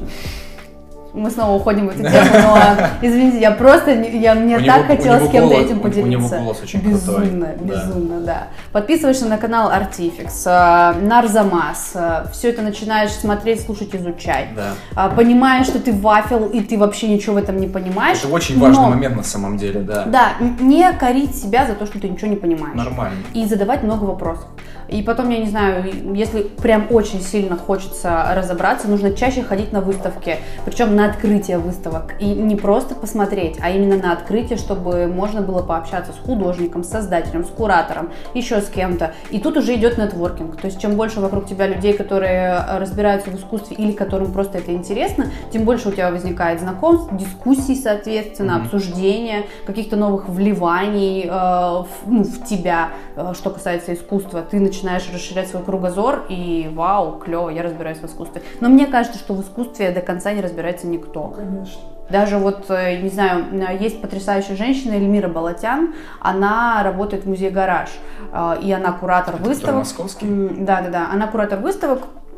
Мы снова уходим в эту тему, но, извините, мне так хотелось с кем-то этим поделиться. У него голос очень крутой. Безумно, да. Подписываешься на канал Artifex, Нарзамас, все это начинаешь смотреть, слушать, изучать. Да. Понимаешь, что ты вафел, и ты вообще ничего в этом не понимаешь. Это очень важный момент на самом деле, да. Да, не корить себя за то, что ты ничего не понимаешь. Нормально. И задавать много вопросов. И потом, я не знаю, если прям очень сильно хочется разобраться, нужно чаще ходить на выставки, причем на открытие выставок. И не просто посмотреть, а именно на открытие, чтобы можно было пообщаться с художником, с создателем, с куратором, еще с кем-то. И тут уже идет нетворкинг. То есть, чем больше вокруг тебя людей, которые разбираются в искусстве или которым просто это интересно, тем больше у тебя возникает знакомств, дискуссий, соответственно, обсуждения, каких-то новых вливаний в тебя, что касается искусства. Ты начинаешь расширять свой кругозор, и вау, клево, я разбираюсь в искусстве. Но мне кажется, что в искусстве до конца не разбирается никто. Конечно. Даже вот, не знаю, есть потрясающая женщина Эльмира Балатян, она работает в музее «Гараж», и она куратор выставок. Московский? Да, она куратор выставок.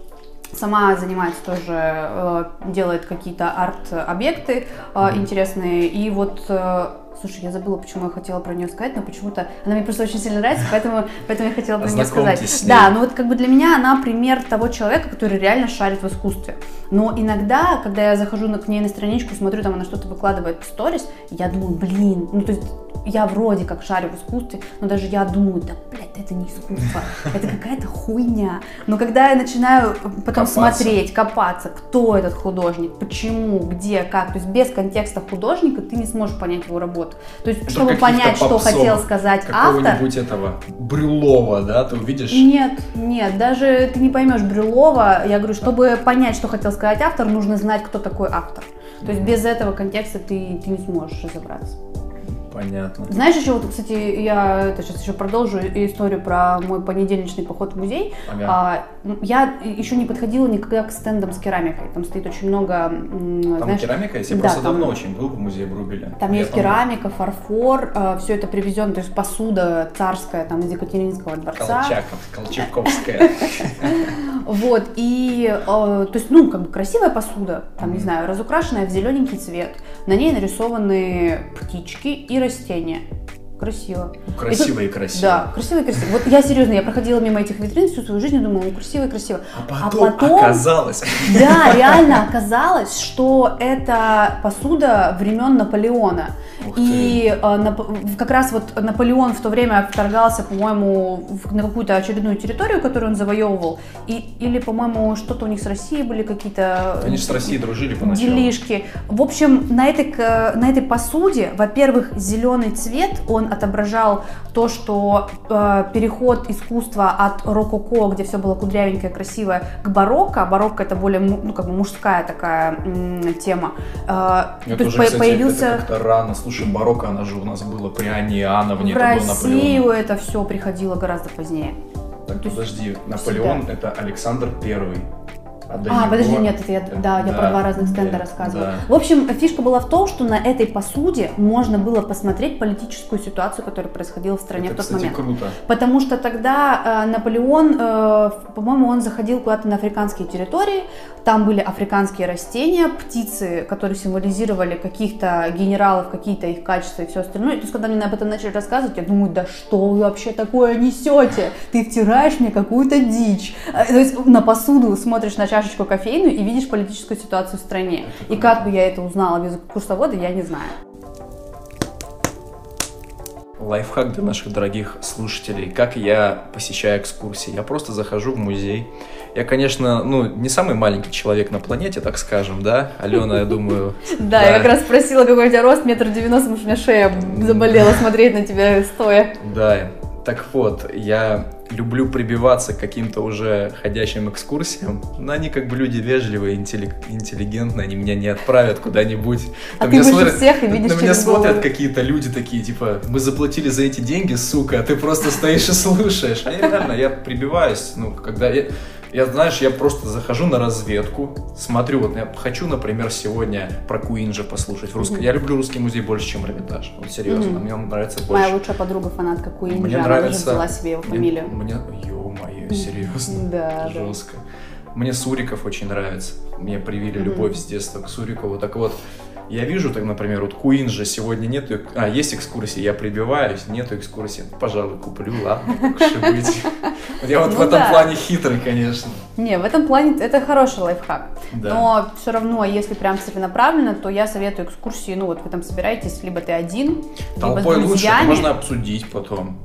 Сама занимается тоже, делает какие-то арт-объекты интересные, и вот... Слушай, я забыла, почему я хотела про нее сказать, но почему-то она мне просто очень сильно нравится, поэтому я хотела про нее сказать. Да, но вот как бы для меня она пример того человека, который реально шарит в искусстве. Но иногда, когда я захожу к ней на страничку, смотрю, там она что-то выкладывает в сторис, я думаю, то есть я вроде как шарю в искусстве, но даже я думаю, да, блядь, это не искусство, это какая-то хуйня. Но когда я начинаю потом смотреть, копаться, кто этот художник, почему, где, как, то есть без контекста художника ты не сможешь понять его работу. То есть, чтобы понять, что хотел сказать автор... Какого-нибудь этого Брюлова, да, ты увидишь? Нет, даже ты не поймешь Брюлова. Я говорю, чтобы понять, что хотел сказать автор, нужно знать, кто такой автор. То есть без этого контекста ты не сможешь разобраться. Понятно. Знаешь, еще вот, кстати, я сейчас еще продолжу историю про мой понедельничный поход в музей. Ага. Я еще не подходила никогда к стендам с керамикой. Там стоит очень много... Там керамика есть? Я просто давно очень был в музее Брубеля. Там есть керамика, фарфор, все это привезено, то есть посуда царская там из Екатерининского дворца. Колчаковская. Вот, и, то есть, как бы красивая посуда, там, не знаю, разукрашенная в зелененький цвет. На ней нарисованы птички и растения. Красиво. Красиво и красиво. Да, красиво и красиво. Вот я серьезно, я проходила мимо этих витрин всю свою жизнь и думала, красиво и красиво. А потом оказалось. Да, реально оказалось, что это посуда времен Наполеона. И как раз вот Наполеон в то время вторгался, по-моему, на какую-то очередную территорию, которую он завоевывал. Или, по-моему, что-то у них с Россией были какие-то... Они же с Россией дружили поначалу. Делишки. В общем, на этой посуде, во-первых, зеленый цвет, он отображал то, что переход искусства от рококо, где все было кудрявенькое, красивое, к барокко. Барокко это более, ну, как бы мужская такая тема. То есть, кстати, появился... это как-то рано. Слушай, барокко, она же у нас была при Анне Иоанновне. В Россию это все приходило гораздо позднее. Так, подожди, Наполеон это Александр Первый. Подожди, нет, это я про два разных стенда рассказывала. Да. В общем, фишка была в том, что на этой посуде можно было посмотреть политическую ситуацию, которая происходила в стране в тот момент. Круто. Потому что тогда Наполеон, по-моему, он заходил куда-то на африканские территории, там были африканские растения, птицы, которые символизировали каких-то генералов, какие-то их качества и все остальное. И то есть, когда мне об этом начали рассказывать, я думаю, да что вы вообще такое несете? Ты втираешь мне какую-то дичь. То есть на посуду смотришь на чашечку кофейную и видишь политическую ситуацию в стране. И как бы я это узнала без экскурсовода, я не знаю. Лайфхак для наших дорогих слушателей. Как я посещаю экскурсии? Я просто захожу в музей. Я, конечно, не самый маленький человек на планете, так скажем, да? Алена, я думаю... Да, я как раз спросила, какой у тебя рост, 1,90 м, потому что у меня шея заболела смотреть на тебя стоя. Да, так вот, я люблю прибиваться к каким-то уже ходящим экскурсиям, но они как бы люди вежливые, интеллигентные, они меня не отправят куда-нибудь. А ты выше всех и видишь на меня смотрят какие-то люди такие, типа, мы заплатили за эти деньги, сука, а ты просто стоишь и слушаешь. А я прибиваюсь, когда... Знаешь, я просто захожу на разведку, смотрю, вот я хочу, например, сегодня про Куинджа послушать в русском. Я люблю русский музей больше, чем Эрмитаж. Вот серьезно, мне он нравится больше. Моя лучшая подруга фанатка Куинджа, мне нравится, она взяла себе его фамилию. Ё-моё, серьезно, да, жестко. Мне Суриков очень нравится, мне привили любовь с детства к Сурикову. Так вот, я вижу, так, например, вот Куинджа сегодня нету, есть экскурсии, я прибиваюсь, нету экскурсии, пожалуй, куплю, ладно, как же быть. Я вот в этом плане хитрый, конечно. Не, в этом плане это хороший лайфхак. Да. Но все равно, если прям целенаправленно, то я советую экскурсии, вы там собираетесь, либо ты один, либо с друзьями. Лучше, это можно обсудить потом.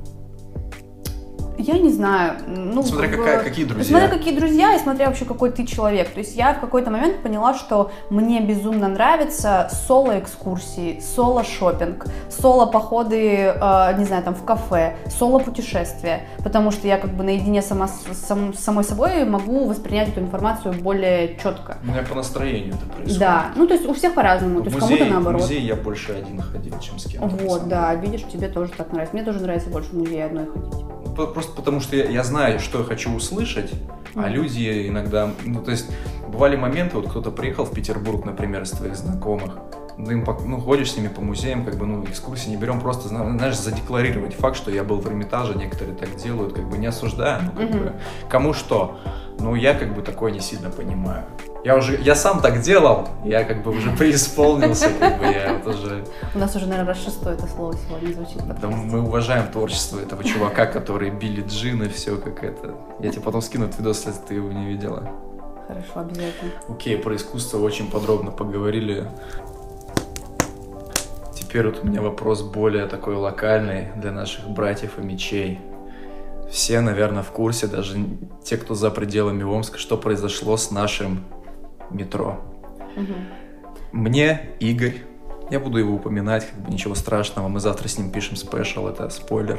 Я не знаю. Смотря какие друзья. Смотря какие друзья и смотря вообще какой ты человек. То есть я в какой-то момент поняла, что мне безумно нравятся соло-экскурсии, соло-шоппинг, соло-походы, не знаю, там в кафе, соло-путешествия. Потому что я как бы наедине с самой собой могу воспринять эту информацию более четко. У меня по настроению это происходит. Да, то есть у всех по-разному. То есть кому-то наоборот. В музей я больше один ходил, чем с кем-то. Вот, да, видишь, тебе тоже так нравится. Мне тоже нравится больше в музей одной ходить. Просто потому что я знаю, что я хочу услышать, а люди иногда... то есть бывали моменты, вот кто-то приехал в Петербург, например, из твоих знакомых, ходишь с ними по музеям, экскурсии не берем, просто, знаешь, задекларировать факт, что я был в Эрмитаже, некоторые так делают, не осуждаю, кому что. Но я такое не сильно понимаю. Я сам так делал, я уже преисполнился, я вот уже... У нас уже, наверное, раз 6 это слово сегодня звучит. Да, мы уважаем творчество этого чувака, который Билли Джин и все как это. Я тебе потом скину этот видос, если ты его не видела. Хорошо, обязательно. Окей, про искусство очень подробно поговорили. Теперь вот у меня вопрос более такой локальный для наших братьев и мечей. Все, наверное, в курсе, даже те, кто за пределами Омска, что произошло с нашим метро. Мне Игорь, я буду его упоминать, ничего страшного, мы завтра с ним пишем спешл, это спойлер.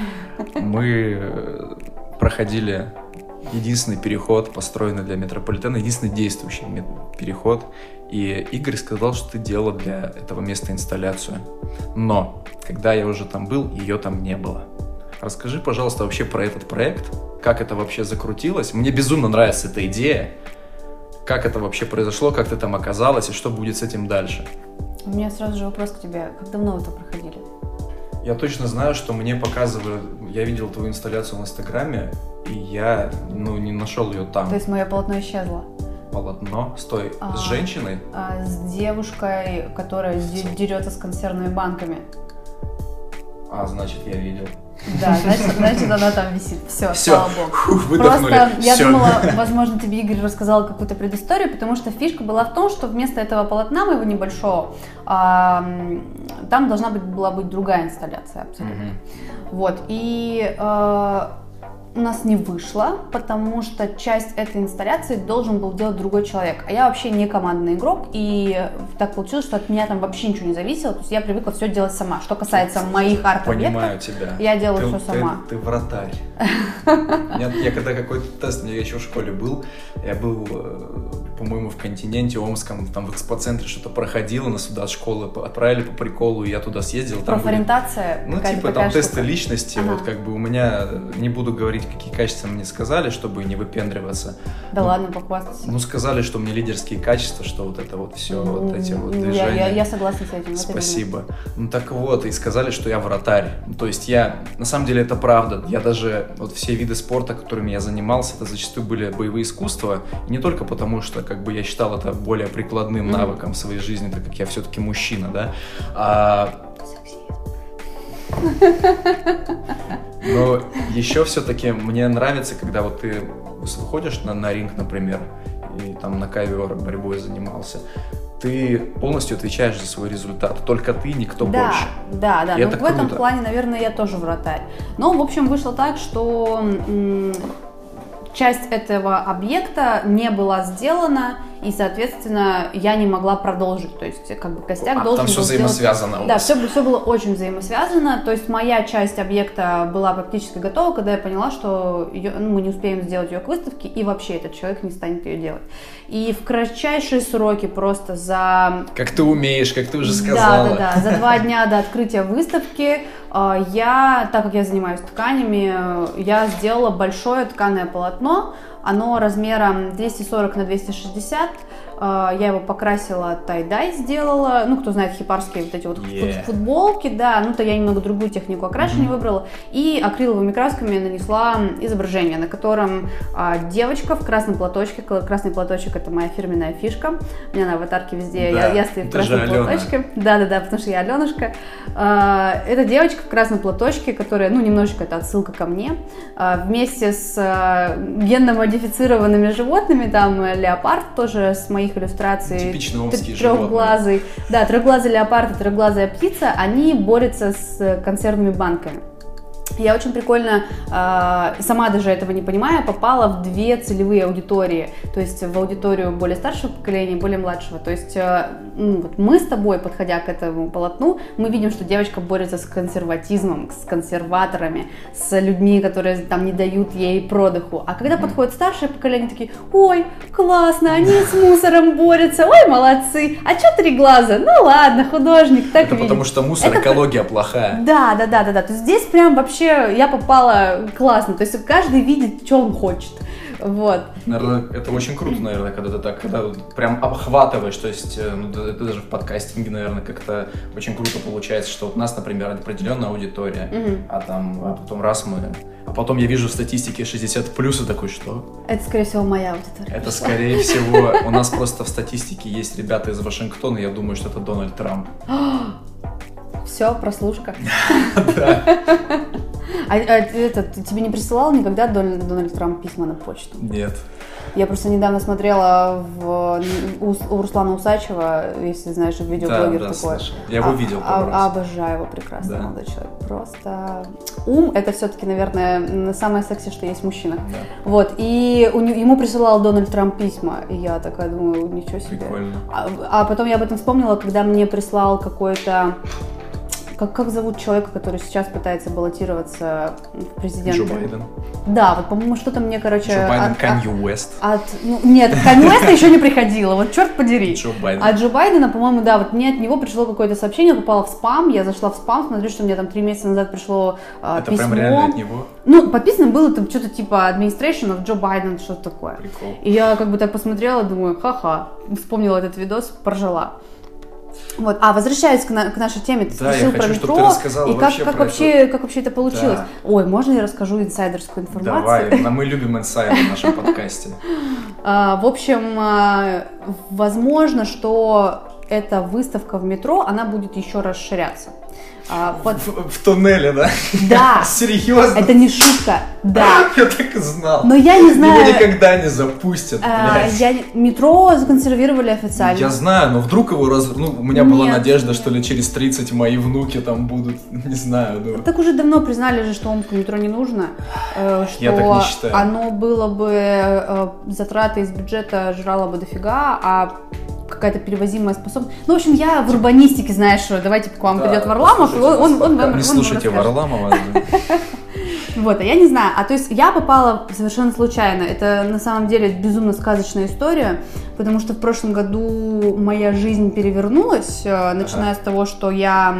Мы проходили единственный переход, построенный для метрополитена, единственный действующий переход, и Игорь сказал, что ты делал для этого места инсталляцию. Но, когда я уже там был, ее там не было. Расскажи, пожалуйста, вообще про этот проект, как это вообще закрутилось. Мне безумно нравится эта идея. Как это вообще произошло, как ты там оказалась и что будет с этим дальше? У меня сразу же вопрос к тебе. Как давно вы это проходили? Я точно знаю, что мне показывают... Я видел твою инсталляцию в Инстаграме, и я не нашел ее там. То есть мое полотно исчезло? Полотно? Стой, с женщиной? С девушкой, которая дерется с консервными банками. А, значит, я видел. Да, значит, она там висит. Все, слава богу. Выдохнули. Просто я думала, возможно, тебе Игорь рассказал какую-то предысторию, потому что фишка была в том, что вместо этого полотна моего небольшого, там должна была быть другая инсталляция абсолютно. Вот, и у нас не вышло, потому что часть этой инсталляции должен был делать другой человек. А я вообще не командный игрок, и так получилось, что от меня там вообще ничего не зависело. То есть я привыкла все делать сама. Что касается моих арт-объектов, понимаю тебя. Я делаю все сама. Ты вратарь. Я когда какой-то тест, я еще в школе был, я был, по-моему, в континенте Омском, там в экспоцентре что-то проходило, нас сюда от школы отправили по приколу, и я туда съездил. Профориентация? Ну, типа там тесты личности, вот как бы у меня, не буду говорить, какие качества мне сказали, чтобы не выпендриваться. Да ладно, похвастайся. Ну, сказали, что у меня лидерские качества, что вот это вот все, вот эти вот движения. Я согласна с этим. Спасибо. Ну, так вот, и сказали, что я вратарь. То есть я, на самом деле, это правда. Я даже, вот все виды спорта, которыми я занимался, это зачастую были боевые искусства. И не только потому, что, как бы, я считал это более прикладным навыком в своей жизни, так как я все-таки мужчина, да. Но еще все-таки мне нравится, когда вот ты выходишь на ринг, например, и там на ковер борьбой занимался, ты полностью отвечаешь за свой результат. Только ты, никто больше. Да. И Ну, в этом плане, наверное, я тоже вратарь. Но, в общем, вышло так, что часть этого объекта не была сделана, и, соответственно, я не могла продолжить. То есть, как бы, костяк должен был там все взаимосвязано. Да, все было очень взаимосвязано. То есть, моя часть объекта была практически готова, когда я поняла, что мы не успеем сделать ее к выставке, и вообще этот человек не станет ее делать. И в кратчайшие сроки, просто за... Как ты умеешь, как ты уже сказала. Да, за 2 дня до открытия выставки я, так как я занимаюсь тканями, я сделала большое тканое полотно. Оно размером 240 на 260, я его покрасила, тай-дай сделала, ну, кто знает, хипарские вот эти вот футболки, да, ну, то я немного другую технику окрашивания выбрала, и акриловыми красками нанесла изображение, на котором девочка в красном платочке, красный платочек — это моя фирменная фишка, у меня на аватарке везде, да, я стою в красном платочке, да, потому что я Аленушка, это девочка в красном платочке, которая, ну, немножечко это отсылка ко мне, вместе с генно-модифицированными животными, там леопард тоже с моих иллюстраций. Типичные омские трехглазый, да, трехглазый леопард и трехглазая птица, они борются с консервными банками. Я очень прикольно, сама даже этого не понимая, попала в 2 целевые аудитории, то есть в аудиторию более старшего поколения и более младшего. То есть вот мы с тобой, подходя к этому полотну, мы видим, что девочка борется с консерватизмом, с консерваторами, с людьми, которые там не дают ей продыху. А когда подходит старшее поколение, такие: ой, классно, они с мусором борются, ой, молодцы, а что 3 глаза? Ну ладно, художник так видит. Это потому что мусор, экология плохая. Да. То есть здесь прям вообще я попала классно, то есть каждый видит, что он хочет. Вот. Наверное, это очень круто, наверное, когда ты так, когда прям обхватываешь, то есть это даже в подкастинге, наверное, как-то очень круто получается, что вот у нас, например, определенная аудитория, а потом я вижу в статистике 60+, и такой, что? Это, скорее всего, моя аудитория. Это, скорее всего, у нас просто в статистике есть ребята из Вашингтона, я думаю, что это Дональд Трамп. Все, прослушка. Да. Тебе не присылал никогда Дональд Трамп письма на почту? Нет. Я просто недавно смотрела у Руслана Усачева, если знаешь, видеоблогер такой. Слышал. Я его видел пару раз. Обожаю его, прекрасный молодой человек. Просто ум — это все-таки, наверное, самое секси, что есть в мужчинах. Да. Вот, и ему присылал Дональд Трамп письма, и я такая думаю, ничего себе. Прикольно. А потом я об этом вспомнила, когда мне прислал какой-то... Как зовут человека, который сейчас пытается баллотироваться в президенты? Джо Байден. Да, вот, по-моему, что-то мне, короче... Джо Байден, Канье Уэст. Нет, Канье Уэста еще не приходило, вот черт подери. Джо Байден. А Джо Байдена, по-моему, да, вот мне от него пришло какое-то сообщение, попало в спам, я зашла в спам, смотрю, что мне там 3 месяца назад пришло это письмо. Это прям реально от него? Ну, подписано было там что-то типа Administration of Joe Biden, что-то такое. Прикол. И я как бы так посмотрела, думаю, ха-ха, вспомнила этот видос, поржала. Вот. Возвращаясь к нашей теме, ты спросил про метро, и как вообще это получилось. Да. Ой, можно я расскажу инсайдерскую информацию? Давай, мы любим инсайды в нашем подкасте. В общем, возможно, что эта выставка в метро, она будет еще расширяться. В туннеле, да? Да. Серьезно? Это не шутка, да. Я так и знал. Но я не знаю. Его никогда не запустят, блядь. Метро законсервировали официально. Я знаю, но вдруг его у меня была надежда, что ли через 30 мои внуки там будут, не знаю. Ну. Так уже давно признали же, что Омску метро не нужно. Что я так не считаю. Оно было бы, затраты из бюджета жрало бы дофига, а какая-то перевозимая способность. Ну, в общем, я в урбанистике, знаешь, давайте к вам придет Варламов, и он не слушайте Варламова. Вот, а я не знаю, то есть я попала совершенно случайно, это на самом деле безумно сказочная история, потому что в прошлом году моя жизнь перевернулась, начиная с того, что я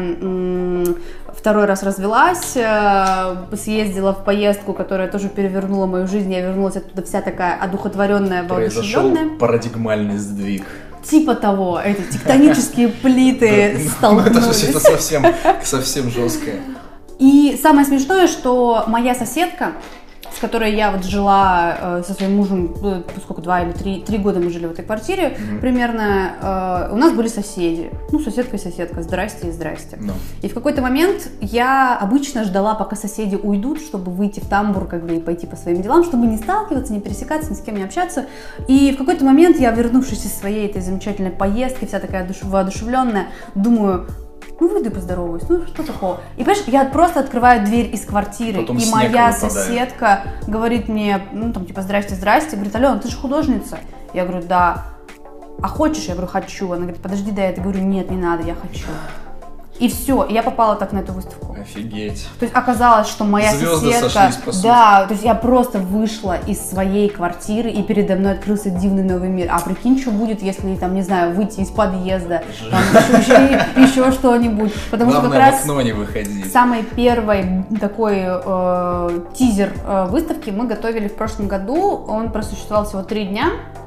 второй раз развелась, съездила в поездку, которая тоже перевернула мою жизнь, я вернулась оттуда вся такая одухотворенная, воодушевленная. Произошел парадигмальный сдвиг. Типа того, эти тектонические плиты столкнулись. Это совсем жесткое. И самое смешное, что моя соседка, с которой я вот жила со своим мужем, сколько, 2 или 3 года мы жили в этой квартире, примерно, у нас были соседи. Ну, соседка и соседка, здрасте и здрасте. И в какой-то момент я обычно ждала, пока соседи уйдут, чтобы выйти в тамбур, как бы, и пойти по своим делам, чтобы не сталкиваться, не пересекаться, ни с кем не общаться. И в какой-то момент я, вернувшись из своей этой замечательной поездки, вся такая воодушевленная, думаю, выйду и поздороваюсь, что такого. И, понимаешь, я просто открываю дверь из квартиры, потом и моя соседка говорит мне, здрасте, говорит, Алена, ты же художница. Я говорю, да. А хочешь? Я говорю, хочу. Она говорит, подожди, да, я говорю, нет, не надо, я хочу. И все, и я попала так на эту выставку. Офигеть. То есть оказалось, что моя звезды соседка... сошлись, по сути. Да, то есть я просто вышла из своей квартиры, и передо мной открылся дивный новый мир. А прикинь, что будет, если, там, не знаю, выйти из подъезда, там, еще что-нибудь. Потому что как раз в окно не выходить. Самый первый такой тизер выставки мы готовили в прошлом году. Он просуществовал всего 3 дня.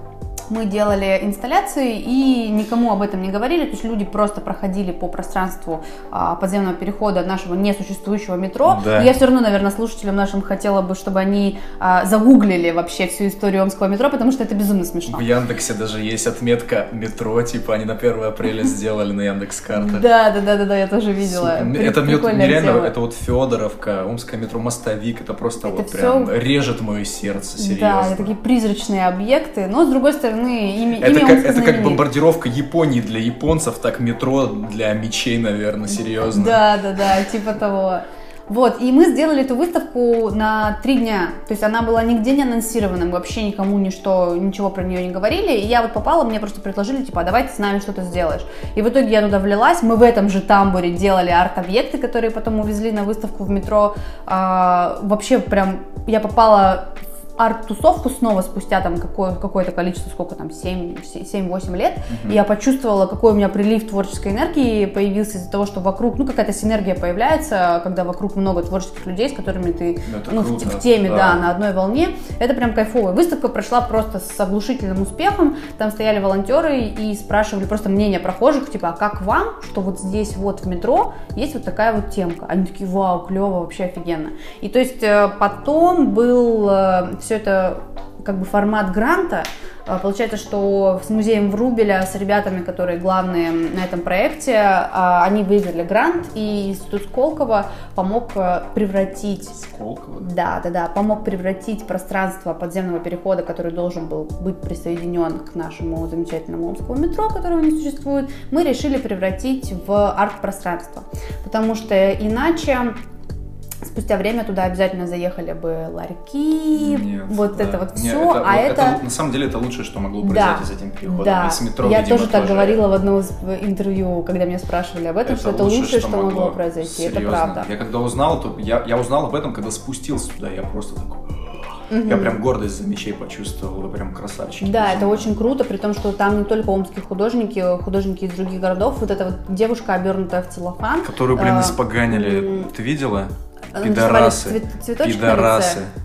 Мы делали инсталляции и никому об этом не говорили, то есть люди просто проходили по пространству подземного перехода нашего несуществующего метро. Да. И я все равно, наверное, слушателям нашим хотела бы, чтобы они загуглили вообще всю историю Омского метро, потому что это безумно смешно. В Яндексе даже есть отметка метро, типа они на 1 апреля сделали на Яндекс.Картах. Да, я тоже видела. Это нереально, это вот Федоровка, Омское метро, Мостовик, это просто вот прям режет мое сердце, серьезно. Да, это такие призрачные объекты, но с другой стороны, это как бомбардировка Японии для японцев, так метро для мечей, наверное, серьезно. Да, типа того. Вот, и мы сделали эту выставку на 3 дня, то есть она была нигде не анонсирована, мы вообще никому ничего про нее не говорили, и я вот попала, мне просто предложили, типа, давай ты с нами что-то сделаешь. И в итоге я туда влилась, мы в этом же тамбуре делали арт-объекты, которые потом увезли на выставку в метро, вообще прям я попала арт-тусовку снова спустя там какое-то количество, сколько там, 7-8 лет, и я почувствовала, какой у меня прилив творческой энергии появился из-за того, что вокруг, какая-то синергия появляется, когда вокруг много творческих людей, с которыми ты в теме, да, на одной волне, это прям кайфово. Выставка прошла просто с оглушительным успехом, там стояли волонтеры и спрашивали просто мнение прохожих, типа, а как вам, что вот здесь вот в метро есть вот такая вот темка? Они такие, вау, клево, вообще офигенно. И то есть потом был все это как бы формат гранта. Получается, что с музеем Врубеля, с ребятами, которые главные на этом проекте, они выиграли грант, и Институт Сколково помог превратить... Сколково? Да, помог превратить пространство подземного перехода, который должен был быть присоединен к нашему замечательному Омскому метро, которого не существует, мы решили превратить в арт-пространство, потому что иначе... Спустя время туда обязательно заехали бы ларьки, это вот все, это на самом деле это лучшее, что могло произойти с этим переходом. Да, я тоже так говорила в одном из интервью, когда меня спрашивали об этом, что это лучшее, что могло произойти, серьезно. Это правда. Я когда узнал, я узнал об этом, когда спустился туда, я просто такой... Я прям гордость за мечей почувствовал, вы прям красавчики. Да, это очень круто, при том, что там не только омские художники из других городов. Вот эта вот девушка, обернутая в целлофан. Которую, испоганили. Ты видела? Пидорасы. Пидорасы.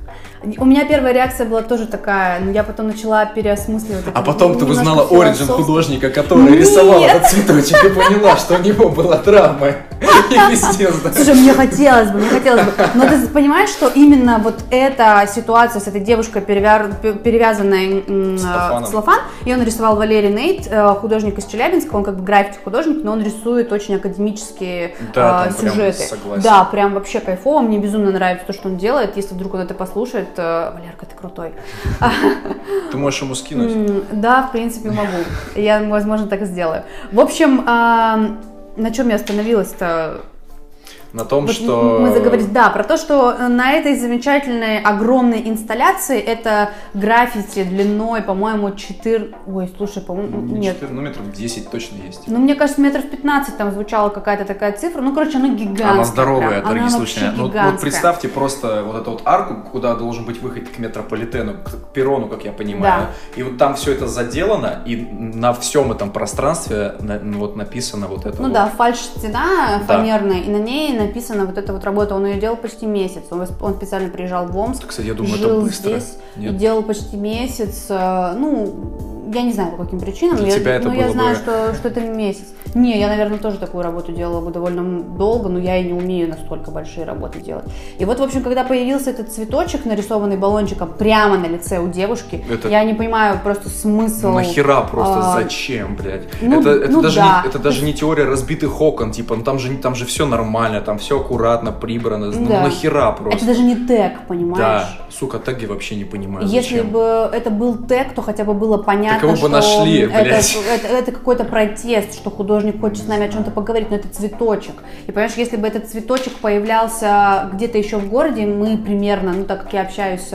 У меня первая реакция была тоже такая, но я потом начала переосмысливать. А потом ты узнала оригин художника, который рисовал этот цветочек, и поняла, что у него была травма. Слушай, мне хотелось бы. Но ты понимаешь, что именно вот эта ситуация с этой девушкой, перевязанной в целлофан, ее нарисовал Валерий Нейт, художник из Челябинска, он как бы граффити-художник, но он рисует очень академические сюжеты. Да, прям вообще кайфово, мне безумно нравится то, что он делает, если вдруг он это послушает, Валерка, ты крутой. Ты можешь ему скинуть? Да, в принципе, могу. Я, возможно, так и сделаю. В общем, на чем я остановилась-то? На том, вот что... Мы заговорили, да, про то, что на этой замечательной, огромной инсталляции это граффити длиной, по-моему, 4... Ой, слушай, по-моему, нет. 4, ну, метров 10 точно есть. Ну, мне кажется, метров 15 там звучала какая-то такая цифра. Ну, короче, она гигантская. Она здоровая, дорогие слушатели. Ну, вот представьте просто вот эту вот арку, куда должен быть выход к метрополитену, к перрону, как я понимаю. Да. И вот там все это заделано, и на всем этом пространстве вот написано вот это. Ну вот. Да, фальш-стена фанерная, и на ней написано вот эта вот работа. Он ее делал почти месяц. Он специально приезжал в Омск, кстати, я думаю, жил это быстро. Здесь и делал почти месяц. Ну, я не знаю, по каким причинам, но я знаю, что это месяц. Не, я, наверное, тоже такую работу делала бы довольно долго, но я и не умею настолько большие работы делать. И вот, в общем, когда появился этот цветочек, нарисованный баллончиком прямо на лице у девушки, я не понимаю просто смысл. Нахера просто, зачем, блядь? Это даже не теория разбитых окон, типа, ну там же все нормально, там все аккуратно, прибрано, ну нахера просто. Это даже не тег, понимаешь? Да, сука, теги вообще не понимаю. Если бы это был тег, то хотя бы было понятно, кого бы нашли, это какой-то протест, что художник хочет с нами о чем-то поговорить, но это цветочек. И понимаешь, если бы этот цветочек появлялся где-то еще в городе, мы примерно, ну так как я общаюсь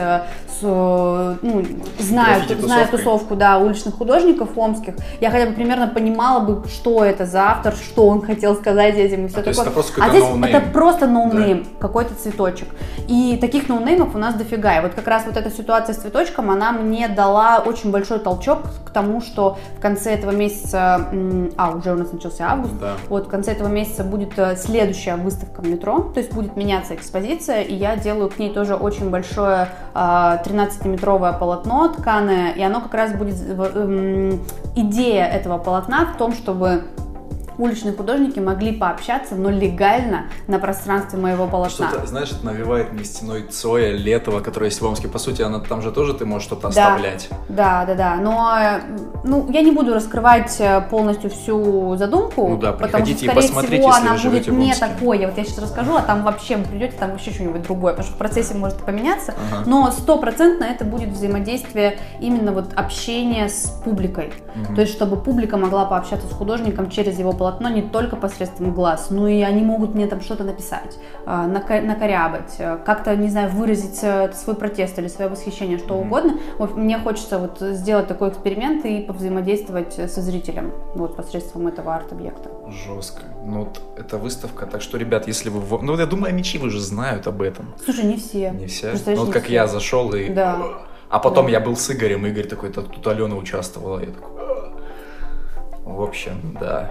знаю тусовку, да, уличных художников омских, я хотя бы примерно понимала бы, что это за автор, что он хотел сказать этим и все такое. А здесь это просто ноунейм, какой-то цветочек. И таких ноунеймов у нас дофига. И вот как раз вот эта ситуация с цветочком, она мне дала очень большой толчок к тому, что в конце этого месяца, уже у нас начался август, вот в конце этого месяца будет следующая выставка в метро, то есть будет меняться экспозиция, и я делаю к ней тоже очень большое 13-метровое полотно тканое, и оно как раз будет, идея этого полотна в том, чтобы уличные художники могли пообщаться, но легально на пространстве моего полотна. Что-то, знаешь, это навевает мне стеной Цоя, Летова, которая есть в Омске. По сути, она там же тоже ты можешь что-то оставлять. Да. Но я не буду раскрывать полностью всю задумку. Ну да, потому что, скорее всего, она будет не такой. Вот я сейчас расскажу, а там вообще вы придете, там вообще что-нибудь другое, потому что в процессе может поменяться. Но 100% это будет взаимодействие, именно вот общение с публикой. То есть, чтобы публика могла пообщаться с художником через его полотно не только посредством глаз, но и они могут мне там что-то написать, накорябать, как-то, не знаю, выразить свой протест или свое восхищение, что угодно. Вот мне хочется вот сделать такой эксперимент и повзаимодействовать со зрителем вот посредством этого арт-объекта. Жестко. Ну вот эта выставка, так что, ребят, если вы... Ну, я думаю, мечи уже знают об этом. Слушай, не все. Не все? Ну, вот как я зашел и... Да. А потом я был с Игорем, Игорь такой, тут Алена участвовала, я такой... В общем, да.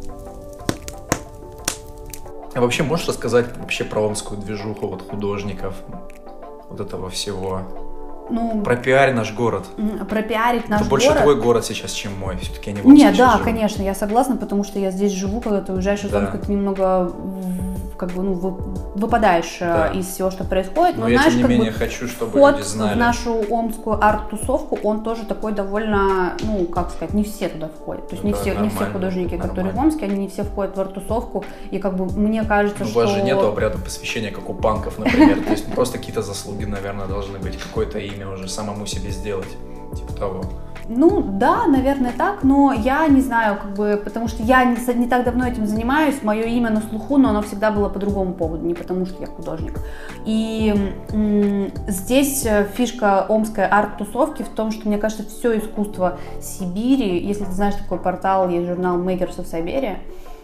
А вообще можешь рассказать вообще про омскую движуху вот художников, вот этого всего? Ну, пропиарь наш город. Пропиарить наш город. Это больше твой город сейчас, чем мой. Все-таки я не в Омске. Нет, да, конечно, я согласна, потому что я здесь живу, когда ты уезжаешь из Омска, ты немного выпадаешь из всего, что происходит. Но я, тем не менее, хочу, чтобы люди знали. В нашу омскую арт-тусовку, он тоже такой довольно, не все туда входят. То есть не все художники, которые в Омске, они не все входят в арт-тусовку. И мне кажется, что... У вас же нету обряда посвящения, как у панков, например. То есть просто какие-то заслуги, наверное, должны быть, какое-то имя уже самому себе сделать, типа того. Ну, да, наверное, так, но я не знаю, потому что я не так давно этим занимаюсь, мое имя на слуху, но оно всегда было по другому поводу, не потому что я художник. И здесь фишка омской арт-тусовки в том, что, мне кажется, все искусство Сибири, если ты знаешь такой портал, есть журнал Makers of Siberia,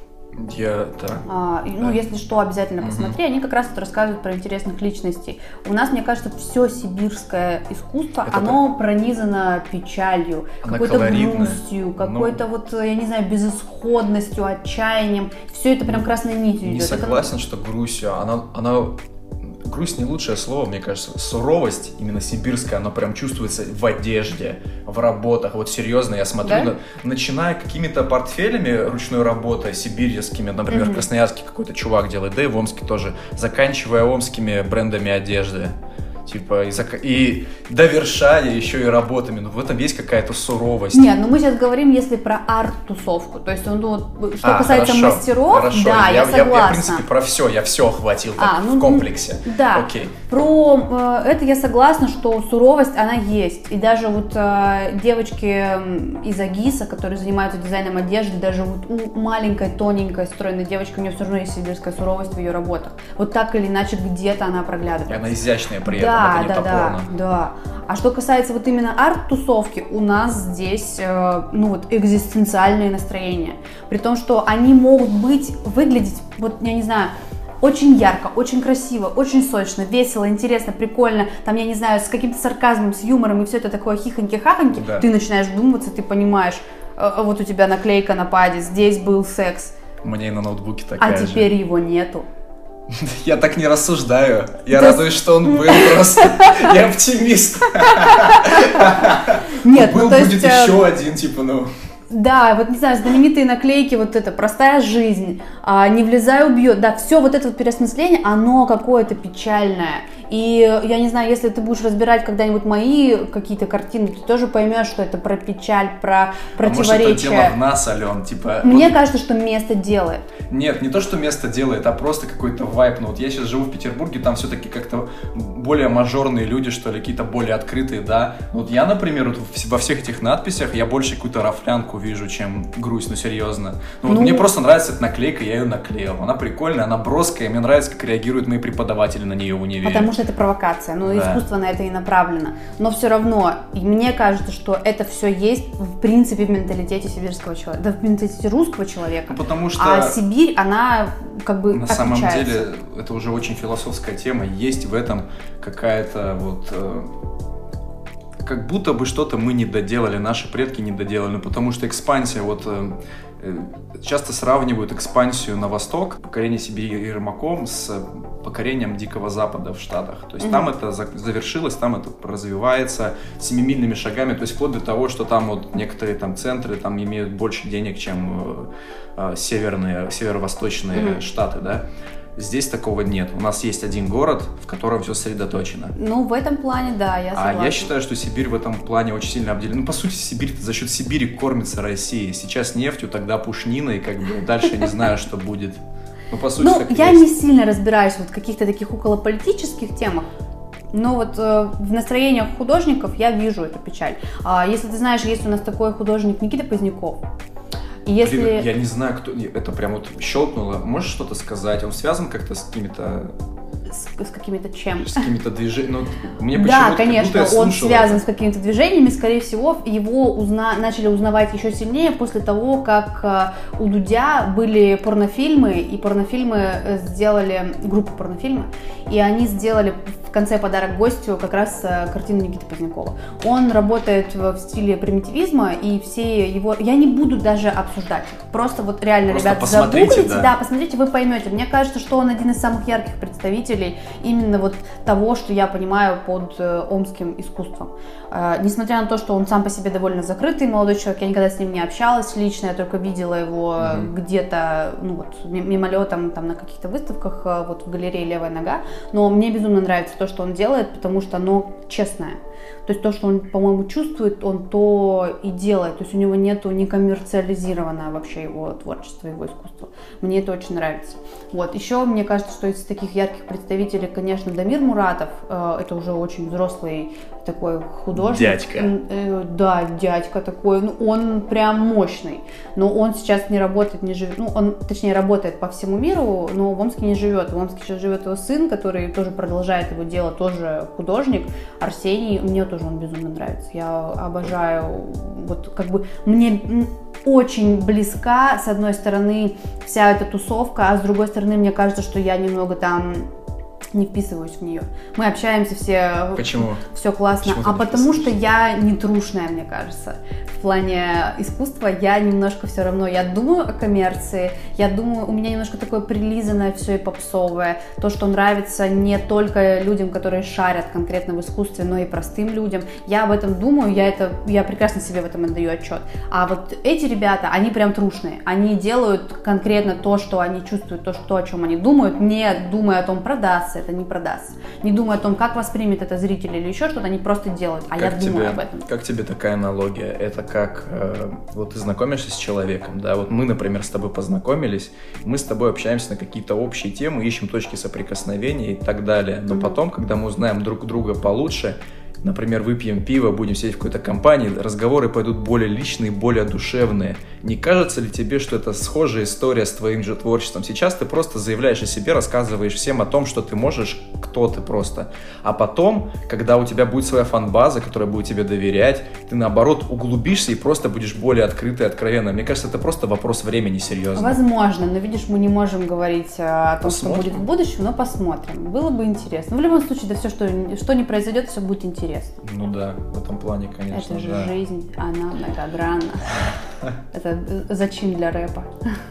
если что, обязательно посмотри. Они как раз рассказывают про интересных личностей. У нас, мне кажется, все сибирское искусство, оно пронизано печалью, какой-то грустью, какой-то я не знаю, безысходностью, отчаянием. Все это прям красной нитью идет. Не согласен, что грустью. грусть не лучшее слово, мне кажется. Суровость, именно сибирская, она прям чувствуется в одежде, в работах. Вот серьезно, я смотрю, да? начиная какими-то портфелями ручной работы сибирскими, например, в Красноярске какой-то чувак делает, да и в Омске тоже, заканчивая омскими брендами одежды. Типа, и довершая еще и работами. Ну, в этом есть какая-то суровость. Нет, ну мы сейчас говорим, если про арт-тусовку. То есть, ну, что касается мастеров, хорошо. Да, я согласна. Я, в принципе, про все, я все охватил в комплексе. Да, окей. Про это я согласна, что суровость, она есть. И даже вот девочки из Агиса, которые занимаются дизайном одежды, даже вот у маленькой, тоненькой, стройной девочки, у нее все равно есть сибирская суровость в ее работах. Вот так или иначе, где-то она проглядывает. И она изящная при этом. Да. А что касается вот именно арт-тусовки, у нас здесь, ну вот, экзистенциальные настроения. При том, что они могут выглядеть, вот, я не знаю, очень ярко, очень красиво, очень сочно, весело, интересно, прикольно, там, я не знаю, с каким-то сарказмом, с юмором, и все это такое хихоньки-хахоньки, да. Ты начинаешь вдумываться, ты понимаешь, вот у тебя наклейка на паде, здесь был секс. У меня и на ноутбуке такая же. А теперь его нету. Я так не рассуждаю. Я радуюсь, что он был просто. Я оптимист. Нет, будет еще один, типа, ну... Да, вот, не знаю, знаменитые наклейки, вот это, простая жизнь, не влезай, убьет, да, все вот это вот переосмысление, оно какое-то печальное. И я не знаю, если ты будешь разбирать когда-нибудь мои какие-то картины, ты тоже поймешь, что это про печаль, про противоречие. Может, это дело в нас, Ален, типа... Мне кажется, что место делает. Нет, не то, что место делает, а просто какой-то вайб. Ну вот я сейчас живу в Петербурге, там все-таки как-то более мажорные люди, что ли, какие-то более открытые, да. Вот я, например, вот во всех этих надписях я больше какую-то рафлянку вижу, чем грусть, ну серьезно. Ну вот мне просто нравится эта наклейка, я ее наклеил. Она прикольная, она броская, мне нравится, как реагируют мои преподаватели на нее в универе. Потому что это провокация, да. Искусство на это и направлено. Но все равно, и мне кажется, что это все есть в принципе в менталитете сибирского человека, да в менталитете русского человека. Потому что... А Сибирь, она как бы отличается. На самом деле, это уже очень философская тема, есть в этом какая-то вот... как будто бы что-то мы не доделали, наши предки не доделали, потому что экспансия, вот часто сравнивают экспансию на восток, покорение Сибири Ермаком с покорением Дикого Запада в Штатах. То есть там это завершилось, там это развивается семимильными шагами, то есть вплоть до того, что там вот некоторые там центры там имеют больше денег, чем северо-восточные штаты, да. Здесь такого нет. У нас есть один город, в котором все сосредоточено. Ну, в этом плане, да, я согласна. А я считаю, что Сибирь в этом плане очень сильно обделена. Ну, по сути, Сибирь за счет Сибири кормится Россия. Сейчас нефтью, тогда пушниной, как бы дальше не знаю, что будет. Ну, по сути, я не сильно разбираюсь вот в каких-то таких околополитических темах. Но вот в настроениях художников я вижу эту печаль. Если ты знаешь, есть у нас такой художник Никита Поздняков. Если... Блин, я не знаю, кто... Это прям вот щелкнуло. Можешь что-то сказать? Он связан как-то с какими-то... С какими-то чем? С какими-то движениями. Ну, мне да, конечно, он связан с какими-то движениями. Скорее всего, его начали узнавать еще сильнее после того, как у Дудя были порнофильмы, и порнофильмы сделали, группа порнофильмы, и они сделали в конце подарок гостю как раз картину Никиты Позднякова. Он работает в стиле примитивизма, и все его... Я не буду даже обсуждать. Просто вот реально, ребят, загуглите, да, посмотрите, вы поймете. Мне кажется, что он один из самых ярких представителей именно вот того, что я понимаю под омским искусством. Несмотря на то, что он сам по себе довольно закрытый молодой человек, я никогда с ним не общалась лично, я только видела его где-то, ну вот, мимолетом там на каких-то выставках, вот в галерее «Левая нога», но мне безумно нравится то, что он делает, потому что оно честное. То есть то, что он, по-моему, чувствует, он то и делает. То есть у него нету не коммерциализированное вообще его творчество, его искусство. Мне это очень нравится. Вот. Еще мне кажется, что из таких ярких представителей, конечно, Дамир Муратов. Это уже очень взрослый такой художник. Дядька. Да, дядька такой. Ну, он прям мощный. Но он сейчас не работает, не живет. Ну, он, точнее, работает по всему миру, но в Омске не живет. В Омске сейчас живет его сын, который тоже продолжает его дело, тоже художник. Арсений. Мне тоже он безумно нравится. Я обожаю. Вот как бы мне очень близка, с одной стороны, вся эта тусовка, а с другой стороны, мне кажется, что я немного там не вписываюсь в нее. Мы общаемся все... Почему? Все классно. Почему потому что я не трушная, мне кажется. В плане искусства я немножко все равно, я думаю о коммерции, я думаю, у меня немножко такое прилизанное все и попсовое, то, что нравится не только людям, которые шарят конкретно в искусстве, но и простым людям. Я об этом думаю, я прекрасно себе в этом отдаю отчет. А вот эти ребята, они прям трушные, они делают конкретно то, что они чувствуют, то, о чем они думают, не думая о том, продастся это, не продастся, не думая о том, как воспримет это зритель или еще что-то, они просто делают, а я думаю об этом. Как тебе такая аналогия? Это как вот ты знакомишься с человеком, да, вот мы, например, с тобой познакомились, мы с тобой общаемся на какие-то общие темы, ищем точки соприкосновения и так далее, но потом, когда мы узнаем друг друга получше, например, выпьем пиво, будем сидеть в какой-то компании, разговоры пойдут более личные, более душевные. Не кажется ли тебе, что это схожая история с твоим же творчеством? Сейчас ты просто заявляешь о себе, рассказываешь всем о том, что ты можешь, кто ты просто. А потом, когда у тебя будет своя фан-база, которая будет тебе доверять, ты, наоборот, углубишься и просто будешь более открытой и откровенной. Мне кажется, это просто вопрос времени, серьезно. Возможно, но видишь, мы не можем говорить о том, что будет в будущем, но посмотрим. Было бы интересно. В любом случае, да все, что не произойдет, все будет интересно. Ну да, в этом плане, конечно. Это же жизнь, она многогранна. Это зачин для рэпа.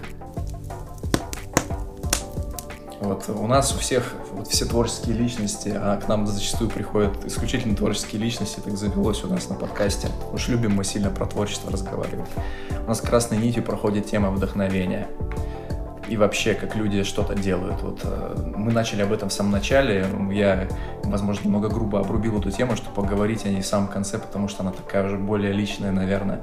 Вот у нас у всех вот все творческие личности, а к нам зачастую приходят исключительно творческие личности, так завелось у нас на подкасте. Уж любим мы сильно про творчество разговаривать. У нас красной нитью проходит тема вдохновения. И вообще, как люди что-то делают. Вот мы начали об этом в самом начале. Я, возможно, немного грубо обрубил эту тему, чтобы поговорить о ней в самом конце, потому что она такая уже более личная, наверное.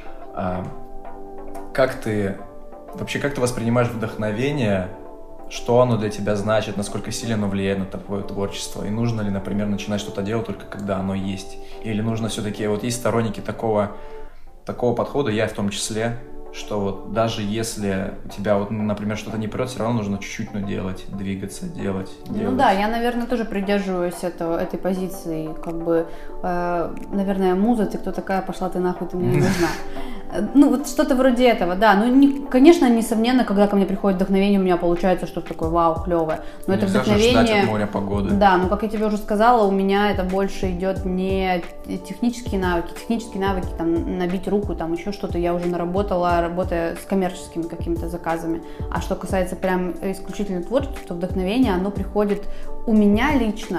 Как ты воспринимаешь вдохновение? Что оно для тебя значит? Насколько сильно оно влияет на твое творчество? И нужно ли, например, начинать что-то делать только когда оно есть? Или нужно все-таки... Вот есть сторонники такого подхода, я в том числе, что вот даже если у тебя, вот, например, что-то не прет, все равно нужно чуть-чуть, делать, двигаться, делать. Ну да, я, наверное, тоже придерживаюсь этой позиции, как бы, наверное, муза, ты кто такая, пошла ты нахуй, ты мне не нужна. Ну, вот что-то вроде этого, да. Ну, конечно, несомненно, когда ко мне приходит вдохновение, у меня получается что-то такое, вау, клевое. Но это вдохновение... Нельзя же ждать от моря погоды. Да, но, как я тебе уже сказала, у меня это больше идет не технические навыки, там, набить руку, там, еще что-то, я уже наработала, работая с коммерческими какими-то заказами. А что касается прям исключительно творчества, то вдохновение, оно приходит у меня лично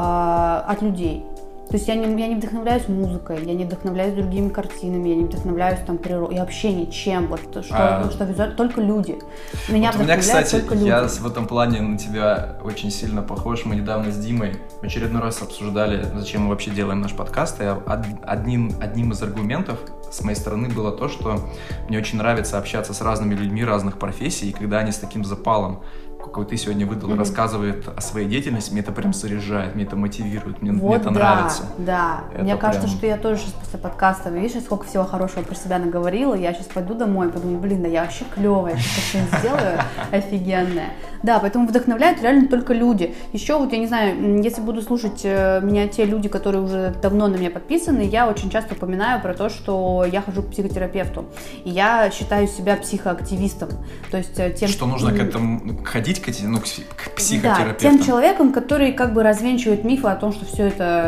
от людей. То есть я не вдохновляюсь музыкой, я не вдохновляюсь другими картинами, я не вдохновляюсь там природой, и вообще ничем, вот что визуально, только люди. Меня вдохновляют, кстати, только люди. Я в этом плане на тебя очень сильно похож. Мы недавно с Димой в очередной раз обсуждали, зачем мы вообще делаем наш подкаст, и одним из аргументов с моей стороны было то, что мне очень нравится общаться с разными людьми разных профессий, и когда они с таким запалом, какой ты сегодня выдал, рассказывает о своей деятельности, мне это прям заряжает, мне это мотивирует, мне это нравится. Да, мне кажется, что я тоже сейчас после подкаста, видишь, сколько всего хорошего про себя наговорила, я сейчас пойду домой, подумаю, блин, да я вообще клевая, я что-то сделаю офигенное. Да, поэтому вдохновляют реально только люди. Еще вот, я не знаю, если буду слушать меня те люди, которые уже давно на меня подписаны, я очень часто упоминаю про то, что я хожу к психотерапевту, и я считаю себя психоактивистом. То есть тем, что нужно к этому ходить, к психотерапевтам. Да, тем человеком, который как бы развенчивает мифы о том, что все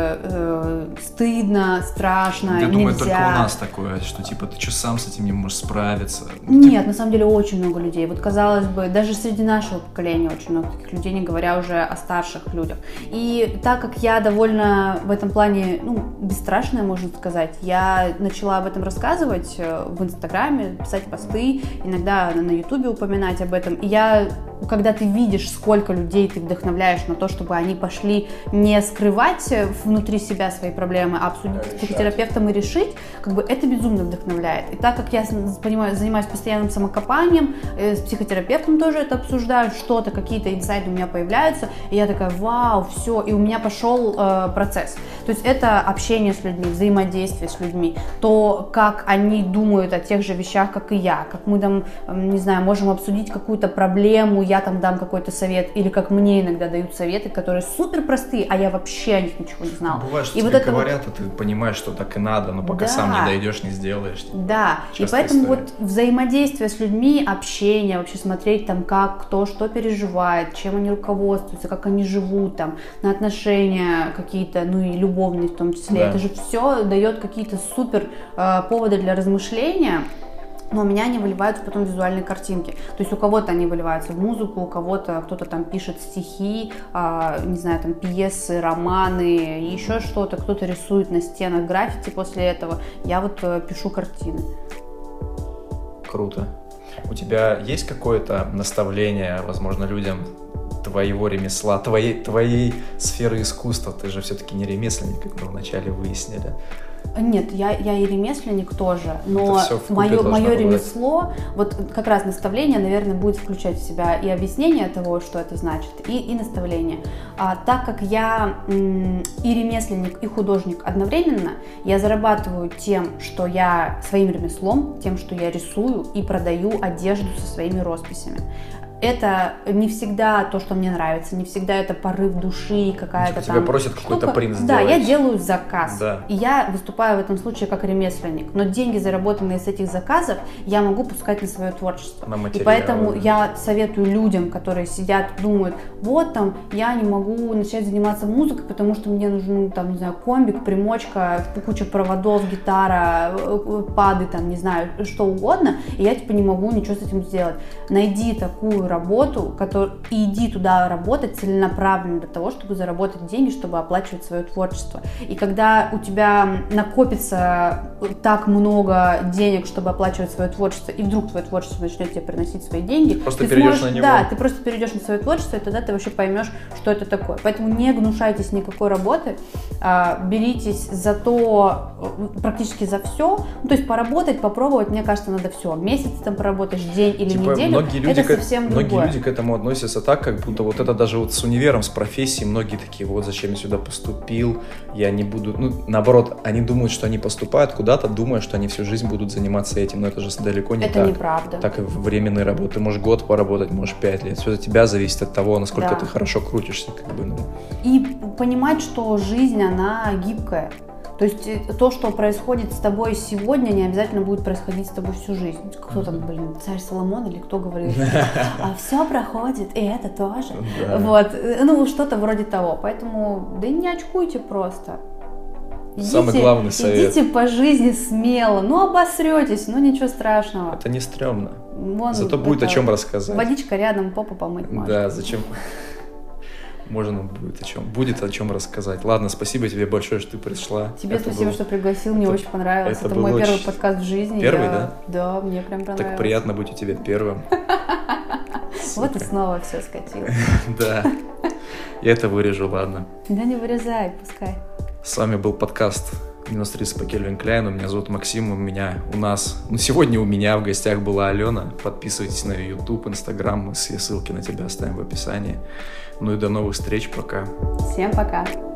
это стыдно, страшно, я нельзя. Думаю, только у нас такое, что типа ты что, сам с этим не можешь справиться? Нет, на самом деле очень много людей. Вот казалось бы, даже среди нашего поколения очень много таких людей, не говоря уже о старших людях. И так как я довольно в этом плане, бесстрашная, можно сказать, я начала об этом рассказывать в Инстаграме, писать посты, иногда на Ютубе упоминать об этом. И когда ты видишь, сколько людей ты вдохновляешь на то, чтобы они пошли не скрывать внутри себя свои проблемы, а обсудить с психотерапевтом и решить, как бы это безумно вдохновляет. И так как я занимаюсь постоянным самокопанием, с психотерапевтом тоже это обсуждаю, что-то, какие-то инсайты у меня появляются, и я такая, вау, все, и у меня пошел процесс. То есть это общение с людьми, взаимодействие с людьми, то, как они думают о тех же вещах, как и я, как мы там, не знаю, можем обсудить какую-то проблему, я там дам какой-то совет, или как мне иногда дают советы, которые супер простые, а я вообще о них ничего не знала. Бывает, что и тебе вот это говорят, а ты понимаешь, что так и надо, но пока да. сам не дойдешь, не сделаешь. Да, и поэтому вот взаимодействие с людьми, общение, вообще смотреть там, как кто что переживает, чем они руководствуются, как они живут там, на отношения какие-то, ну и любовные в том числе, это же все дает какие-то супер поводы для размышления. Но у меня они выливаются потом в визуальные картинки. То есть у кого-то они выливаются в музыку, у кого-то кто-то там пишет стихи, не знаю, там пьесы, романы, еще что-то, кто-то рисует на стенах граффити после этого. Я вот пишу картины. Круто. У тебя есть какое-то наставление, возможно, людям твоего ремесла, твоей сферы искусства? Ты же все-таки не ремесленник, как мы вначале выяснили. Нет, я и ремесленник тоже, но мое ремесло, вот как раз наставление, наверное, будет включать в себя и объяснение того, что это значит, и наставление. Так как я и ремесленник, и художник одновременно, я зарабатываю тем, что я своим ремеслом, тем, что я рисую и продаю одежду со своими росписями. Это не всегда то, что мне нравится, не всегда это порыв души, какая-то там... Тебя просят какой-то принт сделать. Да, я делаю заказ, да. И я выступаю в этом случае как ремесленник, но деньги, заработанные с этих заказов, я могу пускать на свое творчество. На материалы. И поэтому я советую людям, которые сидят, думают, вот там, я не могу начать заниматься музыкой, потому что мне нужен, там, не знаю, комбик, примочка, куча проводов, гитара, пады, там, не знаю, что угодно, и я, типа, не могу ничего с этим сделать. Найди такую работу, и иди туда работать целенаправленно для того, чтобы заработать деньги, чтобы оплачивать свое творчество. И когда у тебя накопится так много денег, чтобы оплачивать свое творчество, и вдруг твое творчество начнет тебе приносить свои деньги, просто перейдешь на него. Да, ты просто перейдешь на свое творчество, и тогда ты вообще поймешь, что это такое. Поэтому не гнушайтесь никакой работы, беритесь практически за все. Ну, то есть поработать, попробовать, мне кажется, надо все. Месяц там поработаешь, день или неделю, это совсем другое. Многие люди к этому относятся так, как будто вот это даже вот с универом, с профессией, многие такие, вот зачем я сюда поступил, я не буду, ну, наоборот, они думают, что они поступают куда-то, думая, что они всю жизнь будут заниматься этим, но это же далеко не так. Это неправда. Так и временные работы, ты можешь год поработать, можешь 5 лет, все от тебя зависит от того, насколько ты хорошо крутишься, как бы, ну. И понимать, что жизнь, она гибкая. То есть то, что происходит с тобой сегодня, не обязательно будет происходить с тобой всю жизнь. Кто там, царь Соломон или кто говорит, а все проходит, и это тоже. Вот, ну что-то вроде того. Поэтому, да не очкуйте просто. Самый главный совет. Идите по жизни смело, ну обосретесь, ну ничего страшного. Это не стрёмно. Зато будет о чем рассказать. Водичка рядом, попу помыть можно. Да, зачем? Можно будет о чем рассказать. Ладно, спасибо тебе большое, что ты пришла. Тебе спасибо, что пригласил, мне очень понравилось. Это мой первый подкаст в жизни. Первый, да? Да, мне прям понравилось. Так приятно быть у тебя первым. Вот и снова все скатилось. Да, я это вырежу, ладно. Да не вырезай, пускай. С вами был подкаст «Минус 30 по Кельвин Кляйну». Меня зовут Максим, сегодня у меня в гостях была Алена. Подписывайтесь на YouTube, Instagram, мы все ссылки на тебя оставим в описании. Ну и до новых встреч, пока. Всем пока.